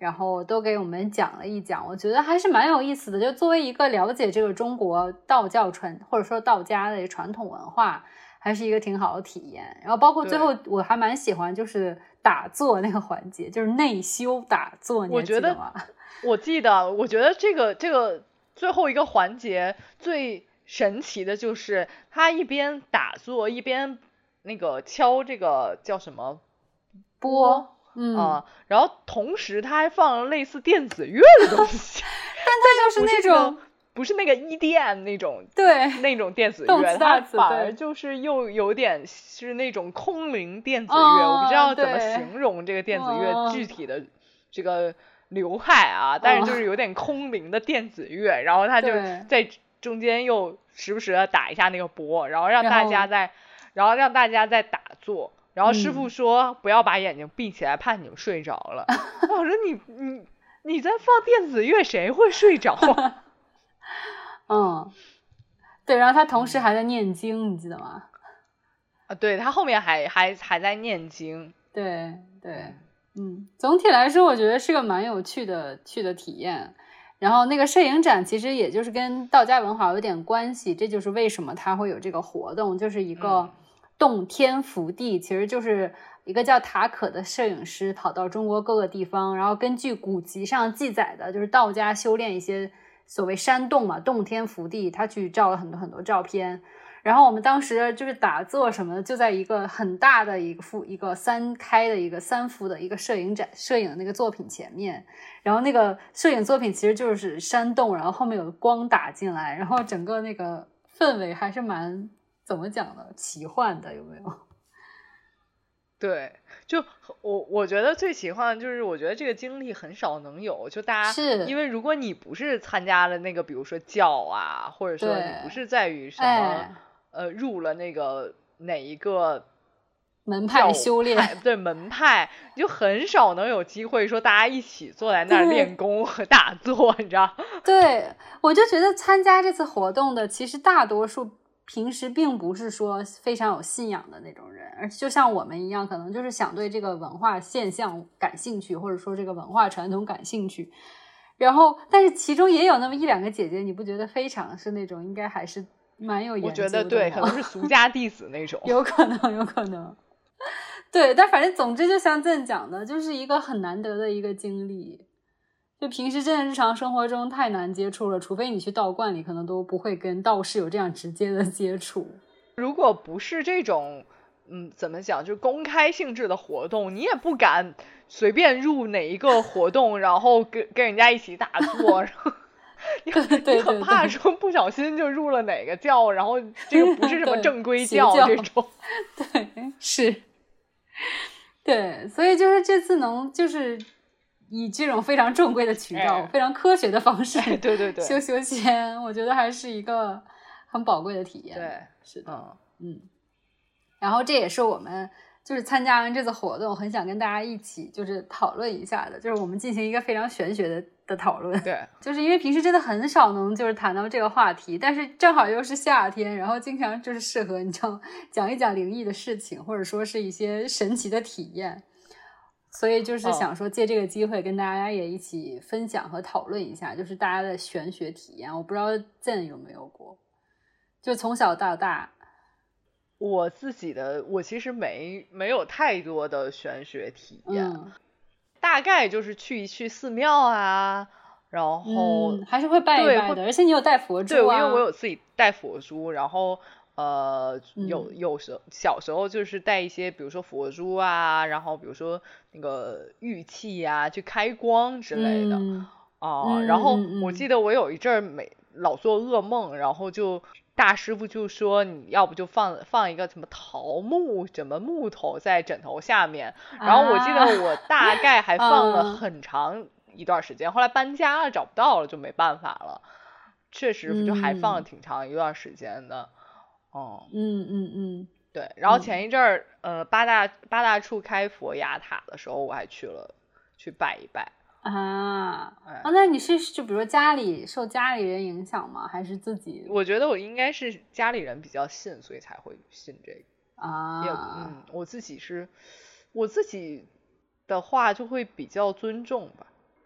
然后都给我们讲了一讲，我觉得还是蛮有意思的。就作为一个了解这个中国道教传或者说道家的传统文化，还是一个挺好的体验。然后包括最后我还蛮喜欢就是打坐那个环节，就是内修打坐，你还记得吗？ 我记得，我觉得这个这个最后一个环节最神奇的就是他一边打坐一边那个敲这个叫什么钵。 嗯、呃，然后同时他还放了类似电子乐的东西， 但它就是那种不是那个 E D M 那种对那种电子乐，它反而就是又有点是那种空灵电子乐， 哦、 我不知道怎么形容这个电子乐具体的这个流派啊，哦、但是就是有点空灵的电子乐，然后他就在中间又时不时的打一下那个钵，然后让大家在，然后让大家在打坐。然后师傅说、嗯、不要把眼睛闭起来，怕你们睡着了。我说你你你在放电子乐，谁会睡着啊？ 嗯，对，然后他同时还在念经，你记得吗？ 啊，对，他后面还还还在念经。 对对，嗯，总体来说我觉得是个蛮有趣的趣的体验。然后那个摄影展其实也就是跟道家文化有点关系，这就是为什么它会有这个活动，就是一个、嗯洞天福地，其实就是一个叫塔可的摄影师跑到中国各个地方，然后根据古籍上记载的就是道家修炼一些所谓山洞嘛，洞天福地，他去照了很多很多照片。然后我们当时就是打坐什么的，就在一个很大的一个幅一个三开的一个三幅的一个摄影展摄影那个作品前面，然后那个摄影作品其实就是山洞，然后后面有光打进来，然后整个那个氛围还是蛮怎么讲呢？奇幻的有没有？ 对，就我我觉得最奇幻的就是我觉得这个经历很少能有，就大家是因为如果你不是参加了那个比如说教啊，或者说你不是在于什么、哎、呃入了那个哪一个门派修炼， 对门派，你就很少能有机会说大家一起坐在那儿练功和打坐，你知道？ 对，我就觉得参加这次活动的其实大多数平时并不是说非常有信仰的那种人，而就像我们一样，可能就是想对这个文化现象感兴趣，或者说这个文化传统感兴趣。然后但是其中也有那么一两个姐姐，你不觉得非常是那种应该还是蛮有研究的吗？ 我觉得对，可能是俗家弟子那种。 有可能有可能对，但反正总之就像郑讲的，就是一个很难得的一个经历，就平时真的日常生活中太难接触了，除非你去道观里，可能都不会跟道士有这样直接的接触。 如果不是这种嗯，怎么讲，就是公开性质的活动，你也不敢随便入哪一个活动，然后跟跟人家一起打坐，然后你对对对对你很怕说不小心就入了哪个教，然后这个不是什么正规教这种。 对，是，对，所以就是这次能就是以这种非常正规的渠道、哎、非常科学的方式， 哎、对对对， 修修仙，我觉得还是一个很宝贵的体验。 对， 是的，嗯。嗯然后这也是我们就是参加完这次活动很想跟大家一起就是讨论一下的，就是我们进行一个非常玄学的的讨论。 对， 就是因为平时真的很少能就是谈到这个话题，但是正好又是夏天，然后经常就是适合你知道讲一讲灵异的事情，或者说是一些神奇的体验，所以就是想说借这个机会跟大家也一起分享和讨论一下，就是大家的玄学体验。我不知道Zen有没有过，就从小到大。 我自己的我其实没没有太多的玄学体验、嗯、大概就是去一去寺庙啊，然后、 嗯、还是会拜一拜的，而且你有带佛珠啊。 对，因为我有自己带佛珠，然后呃有有时小时候就是带一些比如说佛珠啊，然后比如说那个玉器啊去开光之类的啊、 嗯呃、然后我记得我有一阵每老做噩梦，然后就大师傅就说你要不就放放一个什么桃木什么木头在枕头下面，然后我记得我大概还放了很长一段时间、啊、后来搬家了找不到了就没办法了，确实就还放了挺长一段时间的。 哦、嗯嗯嗯对，然后前一阵儿、嗯、呃八大八大处开佛牙塔的时候我还去了去拜一拜啊、哎、啊，那你是就比如说家里受家里人影响吗？还是自己？ 我觉得我应该是家里人比较信，所以才会信这个啊。 也嗯，我自己是我自己的话就会比较尊重吧。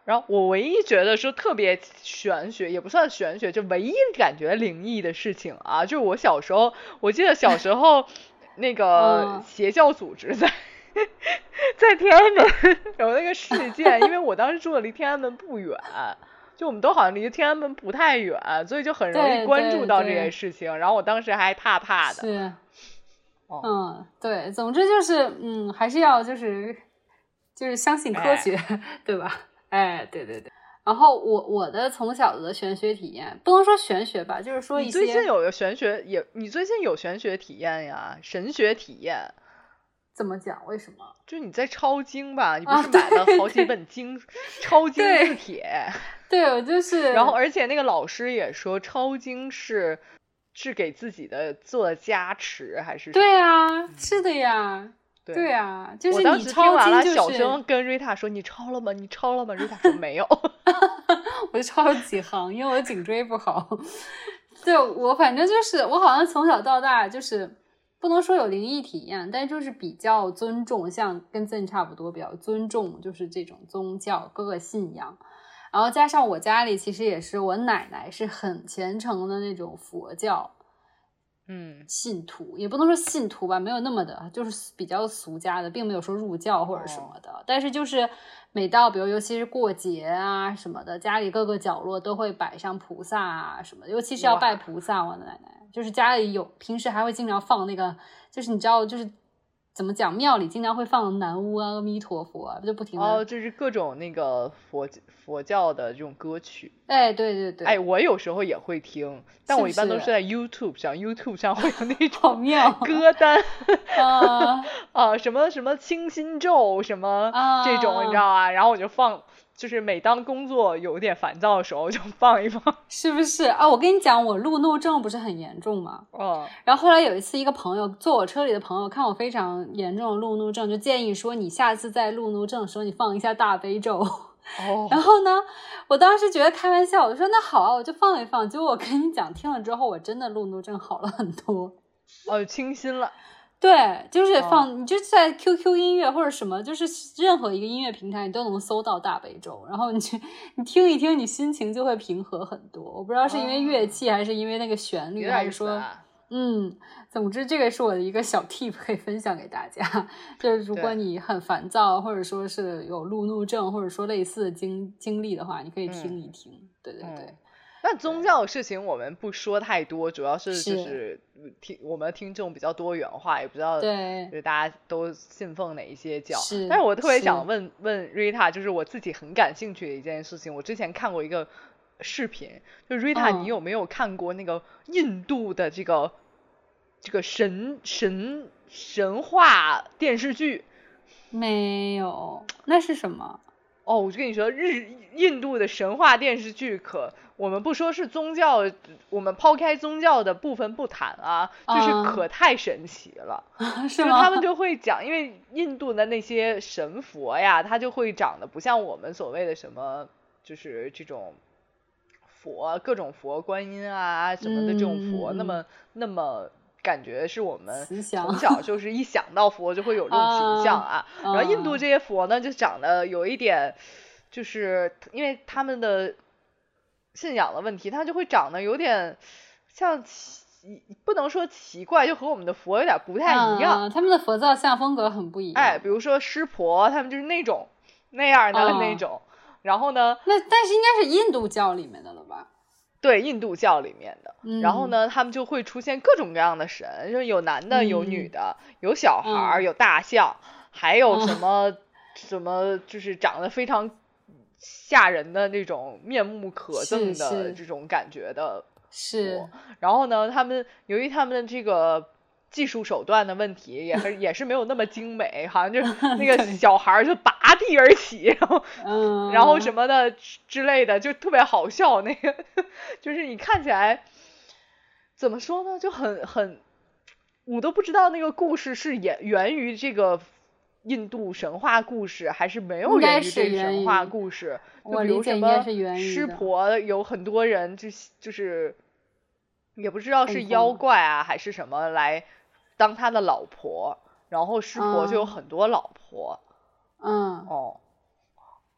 然后我唯一觉得说特别玄学，也不算玄学，就唯一感觉灵异的事情啊，就是我小时候，我记得小时候那个邪教组织在、嗯、在天安门有那个事件，因为我当时住的离天安门不远，就我们都好像离天安门不太远，所以就很容易关注到这些事情，然后我当时还怕怕的。 是，哦、嗯，对，总之就是嗯，还是要就是就是相信科学，哎、对吧？哎，对对对。然后我我的从小的玄学体验，不能说玄学吧，就是说一些。 你最近有个玄学也，你最近有玄学体验呀，神学体验。 怎么讲？为什么？ 就你在抄经吧，你不是买了好几本经、啊、抄经字帖？ 对，我就是。 然后而且那个老师也说，抄经是是给自己的做加持还是？ 对啊，是的呀。对, 对啊，就是你抄经、就是、 我当时听完了，小声跟瑞塔说：“你抄了吗？你抄了吗？”瑞塔说：“没有。” 我就抄了几行，因为我颈椎不好。对，我反正就是我好像从小到大就是不能说有灵异体验，但就是比较尊重，像跟朕差不多，比较尊重就是这种宗教各个信仰。然后加上我家里其实也是我奶奶是很虔诚的那种佛教。 嗯， 信徒也不能说信徒吧，没有那么的，就是比较俗家的，并没有说入教或者什么的。哦、但是就是每到比如尤其是过节啊什么的，家里各个角落都会摆上菩萨啊什么的，尤其是要拜菩萨。我的奶奶就是家里有，平时还会经常放那个，就是你知道就是。怎么讲？庙里经常会放南无阿弥陀佛啊，就不停的哦，就是各种那个佛佛教的这种歌曲。 哎，对对对， 哎，我有时候也会听，但我一般都是在 YouTube 上 ，YouTube 上会有那种歌单啊啊，什么什么清心咒什么这种，你知道啊？然后我就放。就是每当工作有点烦躁的时候就放一放， 是不是啊？我跟你讲，我路怒症不是很严重吗？ 嗯， 然后后来有一次，一个朋友坐我车里的朋友看我非常严重的路怒症，就建议说你下次在路怒症的时候你放一下大悲咒。 哦， 然后呢，我当时觉得开玩笑，我就说那好啊，我就放一放。结果我跟你讲，听了之后我真的路怒症好了很多， 哦，清新了。 对，就是放、哦、你就在 Q Q 音乐或者什么，就是任何一个音乐平台你都能搜到大悲咒，然后你去你听一听，你心情就会平和很多。我不知道是因为乐器、哦、还是因为那个旋律，还是说、 啊、 嗯，总之这个是我的一个小 tip 可以分享给大家，就是如果你很烦躁或者说是有路怒症或者说类似的经经历的话，你可以听一听、嗯、对对对、嗯， 那宗教的事情我们不说太多，主要是就是听我们听众比较多元化，也不知道对大家都信奉哪一些教。 是， 但是我特别想问问 Rita， 就是我自己很感兴趣的一件事情。我之前看过一个视频，就 Rita，、嗯、你有没有看过那个印度的这个这个神神神话电视剧？ 没有，那是什么？ 哦，我就跟你说，日印度的神话电视剧可，我们不说是宗教，我们抛开宗教的部分不谈啊，就是可太神奇了。 嗯、是吗？ 就是他们就会讲，因为印度的那些神佛呀，他就会长得不像我们所谓的什么，就是这种佛，各种佛，观音啊什么的这种佛， 嗯、 那么那么。感觉是我们从小就是一想到佛就会有这种形象啊， 啊然后印度这些佛呢就长得有一点，就是因为他们的信仰的问题，它就会长得有点像奇，不能说奇怪，就和我们的佛有点不太一样。 啊、他们的佛造像风格很不一样。 哎，比如说湿婆，他们就是那种那样的那种， 啊、 然后呢， 那但是应该是印度教里面的了吧？ 对，印度教里面的、 嗯、 然后呢他们就会出现各种各样的神，就是有男的、嗯、有女的，有小孩、嗯、有大象，还有什么、嗯、什么就是长得非常吓人的那种面目可憎的这种感觉的是。 然后呢他们由于他们的这个技术手段的问题，也是也是没有那么精美，好像就那个小孩就拔地而起，然后、 嗯、 然后什么的之类的，就特别好笑。那个就是你看起来怎么说呢，就很很，我都不知道那个故事是源源于这个印度神话故事，还是没有源于这个神话故事。就比如什么湿婆，有很多人就就是也不知道是妖怪啊还是什么来当他的老婆，然后湿婆就有很多老婆。 嗯， 哦，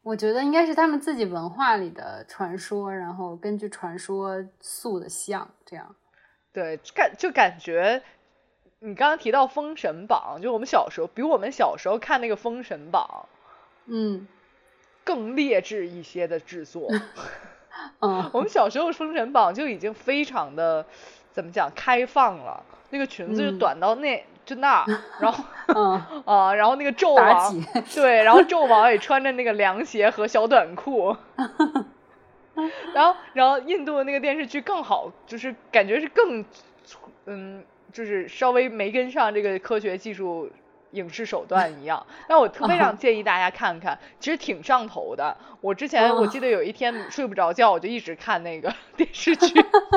我觉得应该是他们自己文化里的传说，然后根据传说塑的像，这样。 对，感就感觉你刚刚提到《封神榜》，就我们小时候，比我们小时候看那个《封神榜》， 嗯， 更劣质一些的制作。 嗯， 我们小时候《封神榜》就已经非常的怎么讲开放了，那个裙子就短到那、嗯、就那，然后嗯啊，然后那个纣王对，然后纣王也穿着那个凉鞋和小短裤。然后，然后印度的那个电视剧更好，就是感觉是更，嗯，就是稍微没跟上这个科学技术影视手段一样。但我非常建议大家看看，其实挺上头的。我之前我记得有一天睡不着觉，我就一直看那个电视剧。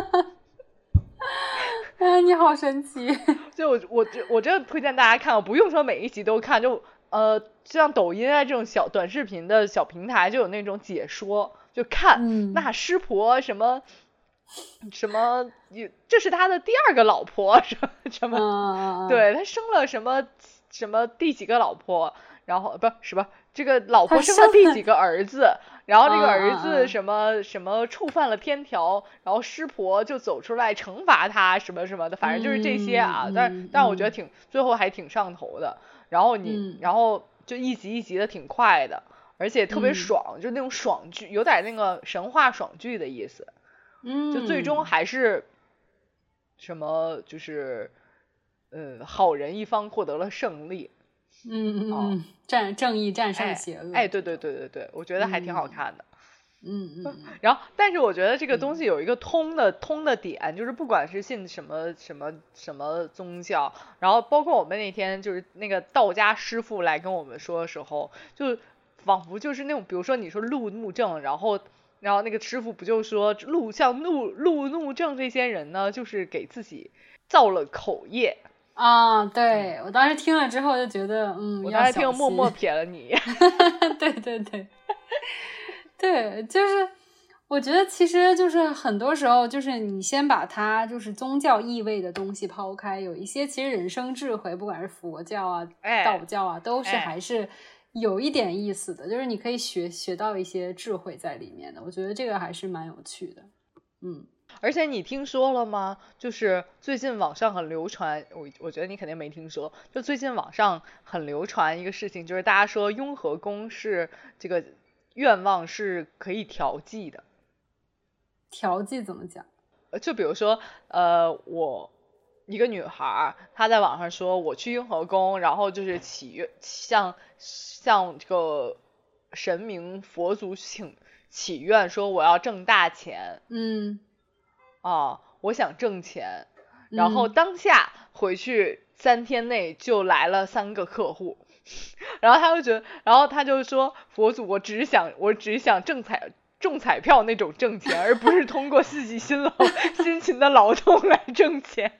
哎，你好神奇！ 就我我我真的推荐大家看，我不用说每一集都看，就呃，就像抖音啊这种小短视频的小平台就有那种解说。就看、嗯、那湿婆什么什么，这是他的第二个老婆什么什么， 嗯、 对他生了什么什么第几个老婆，然后不什么这个老婆生了第几个儿子，然后这个儿子什么、嗯、什么触犯了天条，然后湿婆就走出来惩罚他什么什么的，反正就是这些啊。 嗯、 但但我觉得挺、嗯、最后还挺上头的，然后你、 嗯、 然后就一集一集的挺快的。而且特别爽、嗯、就那种爽剧，有点那个神话爽剧的意思。 嗯， 就最终还是什么就是呃好人一方获得了胜利。 嗯嗯、哦、战正义战胜邪恶。 哎, 哎对对对对对，我觉得还挺好看的。 嗯嗯。 然后但是我觉得这个东西有一个通的、嗯、通的点，就是不管是信什么什么什么宗教，然后包括我们那天就是那个道家师傅来跟我们说的时候，就仿佛就是那种，比如说你说路怒症，然后，然后那个师傅不就说路像怒路怒症这些人呢，就是给自己造了口业啊。对、嗯、我当时听了之后就觉得，嗯， 我当时听了默默瞥了你。 对对对，对，就是我觉得其实就是很多时候就是你先把它就是宗教意味的东西抛开，有一些其实人生智慧，不管是佛教啊、 哎、 道教啊，都是哎还是。有一点意思的，就是你可以学学到一些智慧在里面的，我觉得这个还是蛮有趣的。嗯， 而且你听说了吗？就是最近网上很流传，我我觉得你肯定没听说，就最近网上很流传一个事情，就是大家说雍和宫是这个愿望是可以调剂的。 调剂怎么讲？ 就比如说，呃，我。一个女孩她在网上说我去雍和宫，然后就是祈愿向向这个神明佛祖请祈愿说我要挣大钱。 嗯啊，我想挣钱。然后当下回去三天内就来了三个客户。然后他就觉得，然后他就说佛祖，我只是想我只想挣彩中彩票那种挣钱，而不是通过自己辛劳辛勤的劳动来挣钱。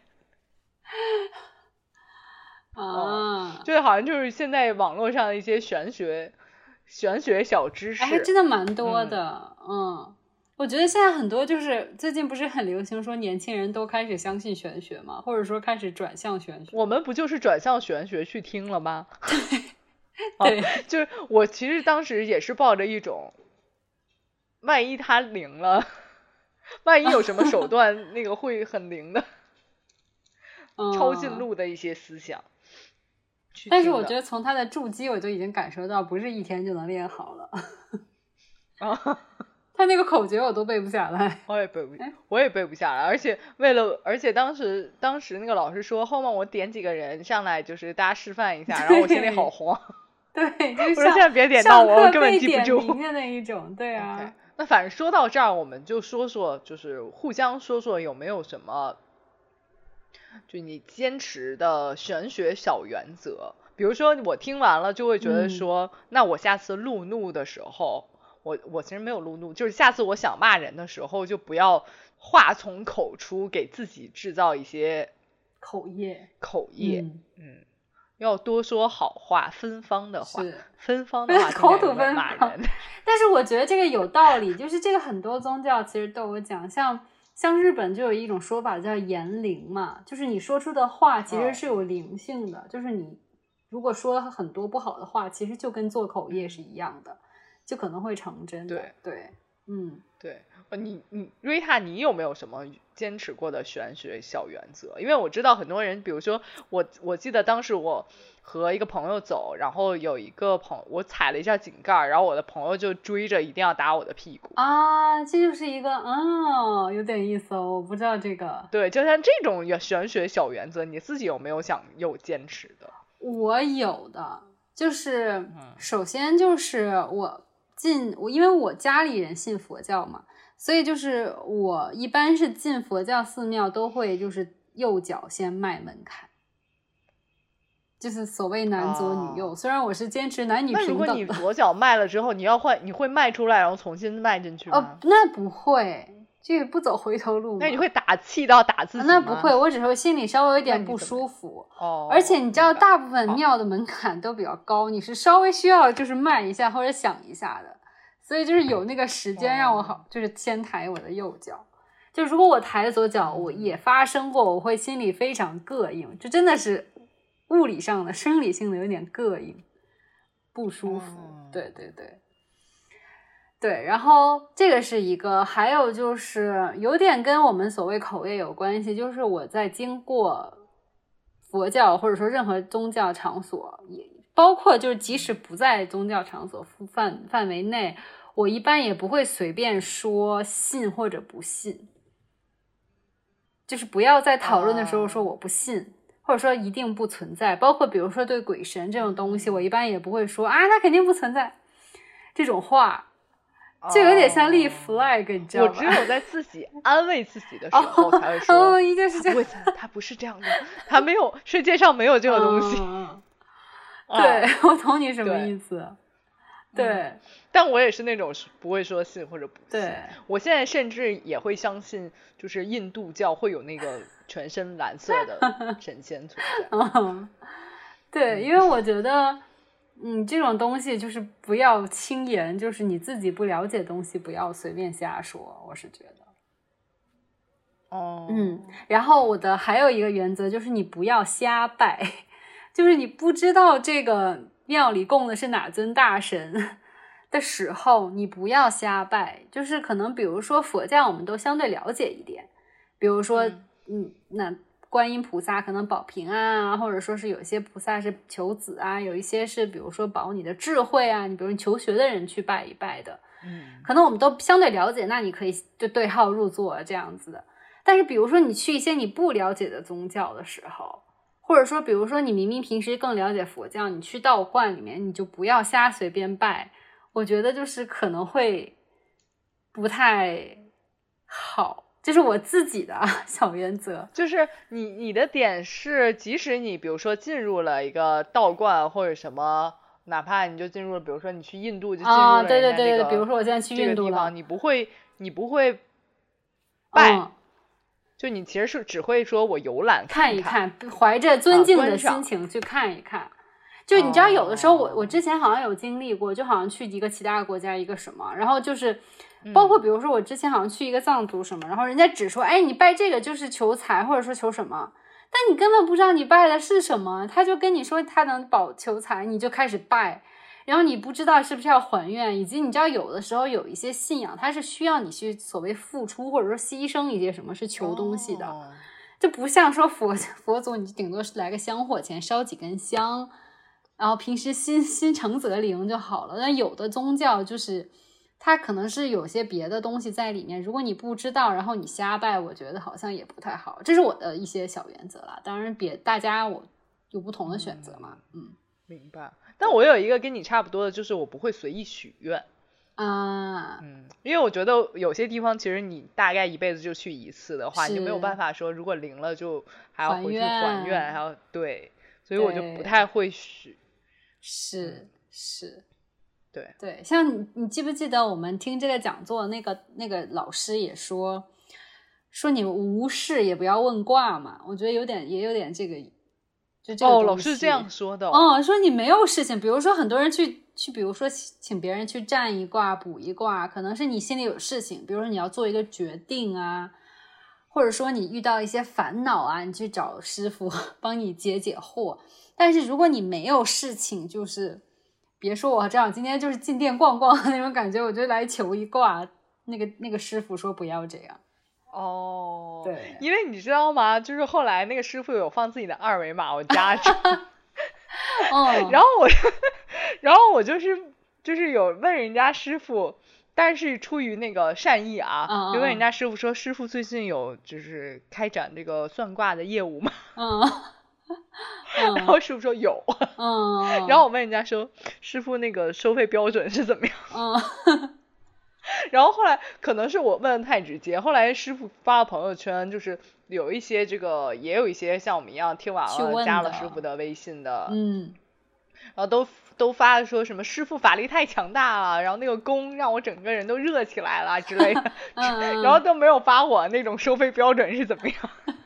啊、 嗯，就好像就是现在网络上的一些玄学玄学小知识， 哎，真的蛮多的。嗯, 嗯，我觉得现在很多就是最近不是很流行说年轻人都开始相信玄学吗？或者说开始转向玄学。 我们不就是转向玄学去听了吗？ 对， 啊、就是我其实当时也是抱着一种万一它灵了，万一有什么手段那个会很灵的超近路的一些思想。 但是我觉得从他的筑基我就已经感受到不是一天就能练好了。 啊， 他那个口诀我都背不下来。 我也背不我也背不下来，而且为了而且当时当时那个老师说后面我点几个人上来就是大家示范一下，然后我心里好慌。 对，就是我说现在别点到我，我根本记不住的那一种。对啊。 Okay, 那反正说到这儿，我们就说说，就是互相说说有没有什么，就你坚持的玄学小原则。比如说我听完了就会觉得说，嗯、那我下次路怒的时候，我我其实没有路怒，就是下次我想骂人的时候，就不要话从口出，给自己制造一些口业。 口业， 嗯。 嗯，要多说好话，芬芳的话，芬芳的话， 口吐芬芳。但是我觉得这个有道理，就是这个很多宗教其实都有讲，像像日本就有一种说法叫言灵嘛，就是你说出的话其实是有灵性的，哦、就是你如果说很多不好的话，其实就跟做口业是一样的。 就可能会成真的。 对对，嗯， 对。你你瑞塔，你有没有什么坚持过的玄学小原则？因为我知道很多人，比如说我，我记得当时我和一个朋友走，然后有一个朋我踩了一下井盖，然后我的朋友就追着一定要打我的屁股啊，这就是一个哦，有点意思哦，我不知道这个。 对，就像这种玄学小原则，你自己有没有想有坚持的？ 我有的，就是首先就是我进我，因为我家里人信佛教嘛。所以就是我一般是进佛教寺庙都会就是右脚先迈门槛，就是所谓男左女右、哦、虽然我是坚持男女平等的。 那如果你左脚迈了之后你要换你会迈出来然后重新迈进去吗？ 哦，那不会，这不走回头路吗？ 那你会打气到打自己吗？ 那不会，我只会心里稍微有点不舒服。哦，而且你知道大部分庙的门槛都比较高、哦、你是稍微需要就是迈一下或者想一下的，所以就是有那个时间让我好，就是先抬我的右脚。就如果我抬左脚，我也发生过，我会心里非常膈应，就真的是物理上的、生理性的有点膈应、不舒服。对对对，对。然后这个是一个，还有就是有点跟我们所谓口业有关系，就是我在经过佛教或者说任何宗教场所，也包括就是即使不在宗教场所范范围内。我一般也不会随便说信或者不信，就是不要在讨论的时候说我不信、oh. 或者说一定不存在，包括比如说对鬼神这种东西我一般也不会说啊它肯定不存在这种话，就有点像立 flag、oh. 你知道吗？ 我只有在自己安慰自己的时候才会说哦，一定是这样， 它不是这样的，它没有，世界上没有这个东西、 oh. 对、oh. 我懂你什么意思。对、嗯， 但我也是那种不会说信或者不信。 对， 我现在甚至也会相信，就是印度教会有那个全身蓝色的神仙存在。 嗯，对，因为我觉得，嗯，这种东西就是不要轻言，就是你自己不了解的东西不要随便瞎说，我是觉得。 哦， 嗯，然后我的还有一个原则就是你不要瞎拜，就是你不知道这个庙里供的是哪尊大神的时候你不要瞎拜，就是可能比如说佛教我们都相对了解一点，比如说 嗯, 嗯那观音菩萨可能保平安啊，或者说是有一些菩萨是求子啊，有一些是比如说保你的智慧啊，你比如你求学的人去拜一拜的， 嗯， 可能我们都相对了解，那你可以就对号入座这样子的。但是比如说你去一些你不了解的宗教的时候，或者说比如说你明明平时更了解佛教，你去道观里面你就不要瞎随便拜，我觉得就是可能会不太好，这是我自己的小原则。 就是你你的点是即使你比如说进入了一个道观或者什么，哪怕你就进入了比如说你去印度就进入了人家、这个啊、对对对对，比如说我现在去印度了、 这个、地方你不会你不会拜、 嗯， 就你其实是只会说我游览看一看，怀着尊敬的心情去看一看、啊、就你知道有的时候我、哦、我之前好像有经历过，就好像去一个其他的国家一个什么，然后就是包括比如说我之前好像去一个藏族什么、嗯、然后人家只说哎你拜这个就是求财或者说求什么，但你根本不知道你拜的是什么，他就跟你说他能保求财，你就开始拜，然后你不知道是不是要还愿，以及你知道有的时候有一些信仰它是需要你去所谓付出或者说牺牲一些什么是求东西的、哦、就不像说佛佛祖你顶多是来个香火钱烧几根香，然后平时心心诚则灵就好了。但有的宗教就是它可能是有些别的东西在里面，如果你不知道然后你瞎拜，我觉得好像也不太好，这是我的一些小原则啦，当然别大家我有不同的选择嘛。 嗯, 嗯， 明白。但我有一个跟你差不多的，就是我不会随意许愿啊， 嗯，因为我觉得有些地方其实你大概一辈子就去一次的话，你就没有办法说如果灵了就还要回去还愿，还要对，所以我就不太会许。 是、 嗯、 是， 对对，像你你记不记得我们听这个讲座那个那个老师也说说你无事也不要问卦嘛，我觉得有点也有点这个。就这个哦，老师这样说的哦，说你没有事情，比如说很多人去去，比如说请别人去占一卦卜一卦，可能是你心里有事情，比如说你要做一个决定啊，或者说你遇到一些烦恼啊，你去找师傅帮你解解惑。但是如果你没有事情，就是别说我这样今天就是进店逛逛的那种感觉，我就来求一卦，那个那个师傅说不要这样。 哦， 对， 因为你知道吗？就是后来那个师傅有放自己的二维码，我加着， 嗯， 然后我，然后我就是就是有问人家师傅，但是出于那个善意啊， 嗯、 就问人家师傅说，师傅最近有就是开展这个算卦的业务吗？ 嗯。嗯、 然后师傅说有， 嗯， 然后我问人家说，师傅那个收费标准是怎么样？ 嗯。 然后后来可能是我问的太直接，后来师傅发了朋友圈，就是有一些这个也有一些像我们一样听完了加了师傅的微信的， 嗯， 然后都都发说什么师傅法力太强大了，然后那个功让我整个人都热起来了之类的， 嗯、 然后都没有发我那种收费标准是怎么样。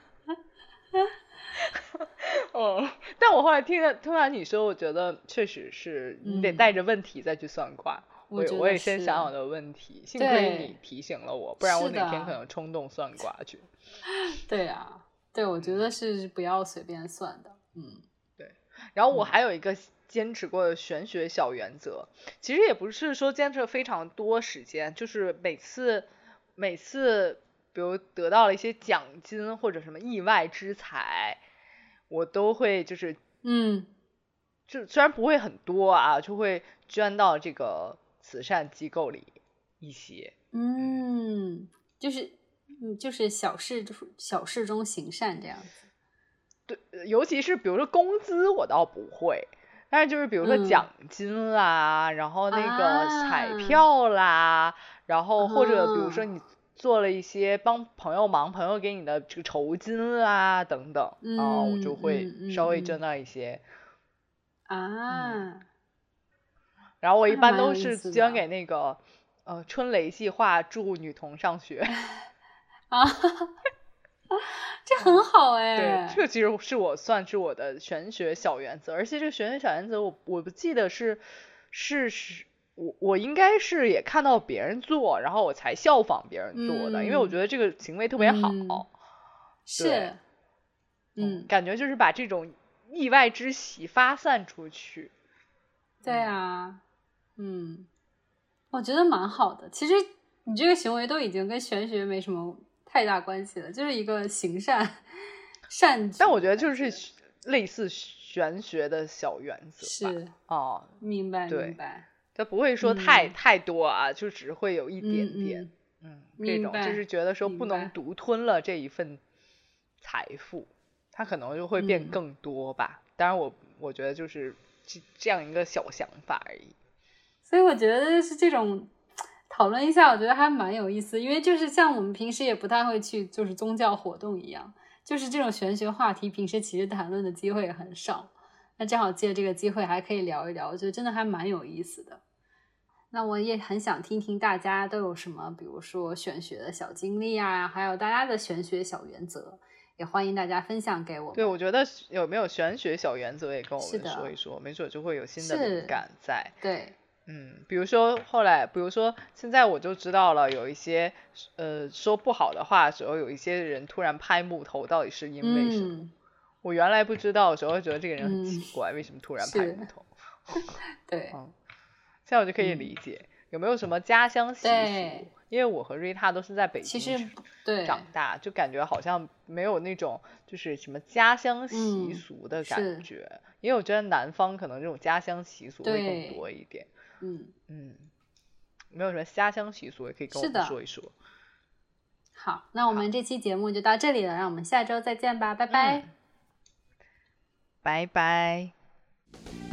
嗯，但我后来听听完你说，我觉得确实是你得带着问题再去算卦。 嗯我我也先想好的问题，幸亏你提醒了我，不然我哪天可能冲动算卦去。 对啊，对，我觉得是不要随便算的。嗯， 对。然后我还有一个坚持过的玄学小原则，嗯、其实也不是说坚持了非常多时间，就是每次每次，比如得到了一些奖金或者什么意外之财，我都会就是嗯， 就虽然不会很多啊，就会捐到这个慈善机构里一些。 嗯，就是嗯，就是小事小事中行善这样子。 对，尤其是比如说工资我倒不会，但是就是比如说奖金啦，嗯、然后那个彩票啦，啊、然后或者比如说你做了一些帮朋友忙，朋友给你的这个酬金啊等等， 嗯、 然后我就会稍微捐到一些。 啊、 嗯，然后我一般都是捐给那个呃春雷计划助女童上学。 啊，这很好哎。 对，这个其实是我算是我的玄学小原则，而且这个玄学小原则我我不记得是是是我我应该是也看到别人做，然后我才效仿别人做的， 嗯、 因为我觉得这个行为特别好。 嗯、是， 嗯，感觉就是把这种意外之喜发散出去。 对啊，嗯，我觉得蛮好的。其实你这个行为都已经跟玄学没什么太大关系了，就是一个行善善举。 但我觉得就是类似玄学的小原则吧。 是哦， 明白对， 明白。 它不会说太、 嗯、 太多啊，就只会有一点点。 嗯， 嗯这种就是觉得说不能独吞了这一份财富，它可能就会变更多吧。嗯、当然我我觉得就是这样一个小想法而已。 所以我觉得是这种讨论一下，我觉得还蛮有意思，因为就是像我们平时也不太会去就是宗教活动一样，就是这种玄学话题平时其实谈论的机会也很少，那正好借这个机会还可以聊一聊，我觉得真的还蛮有意思的。那我也很想听听大家都有什么比如说玄学的小经历啊，还有大家的玄学小原则，也欢迎大家分享给我们。 对，我觉得有没有玄学小原则也跟我们说一说，没准就会有新的灵感在。 对， 嗯，比如说后来比如说现在我就知道了，有一些呃说不好的话的时候，有一些人突然拍木头，到底是因为什么、嗯、我原来不知道的时候会觉得这个人很奇怪、嗯、为什么突然拍木头。 对、 嗯，现在我就可以理解、嗯、有没有什么家乡习俗，因为我和瑞塔都是在北京长大，就感觉好像没有那种就是什么家乡习俗的感觉、嗯、因为我觉得南方可能这种家乡习俗会更多一点。 嗯嗯，没有什么家乡习俗也可以跟我们说一说。 好，那我们这期节目就到这里了，让我们下周再见吧，拜拜、 嗯、拜拜。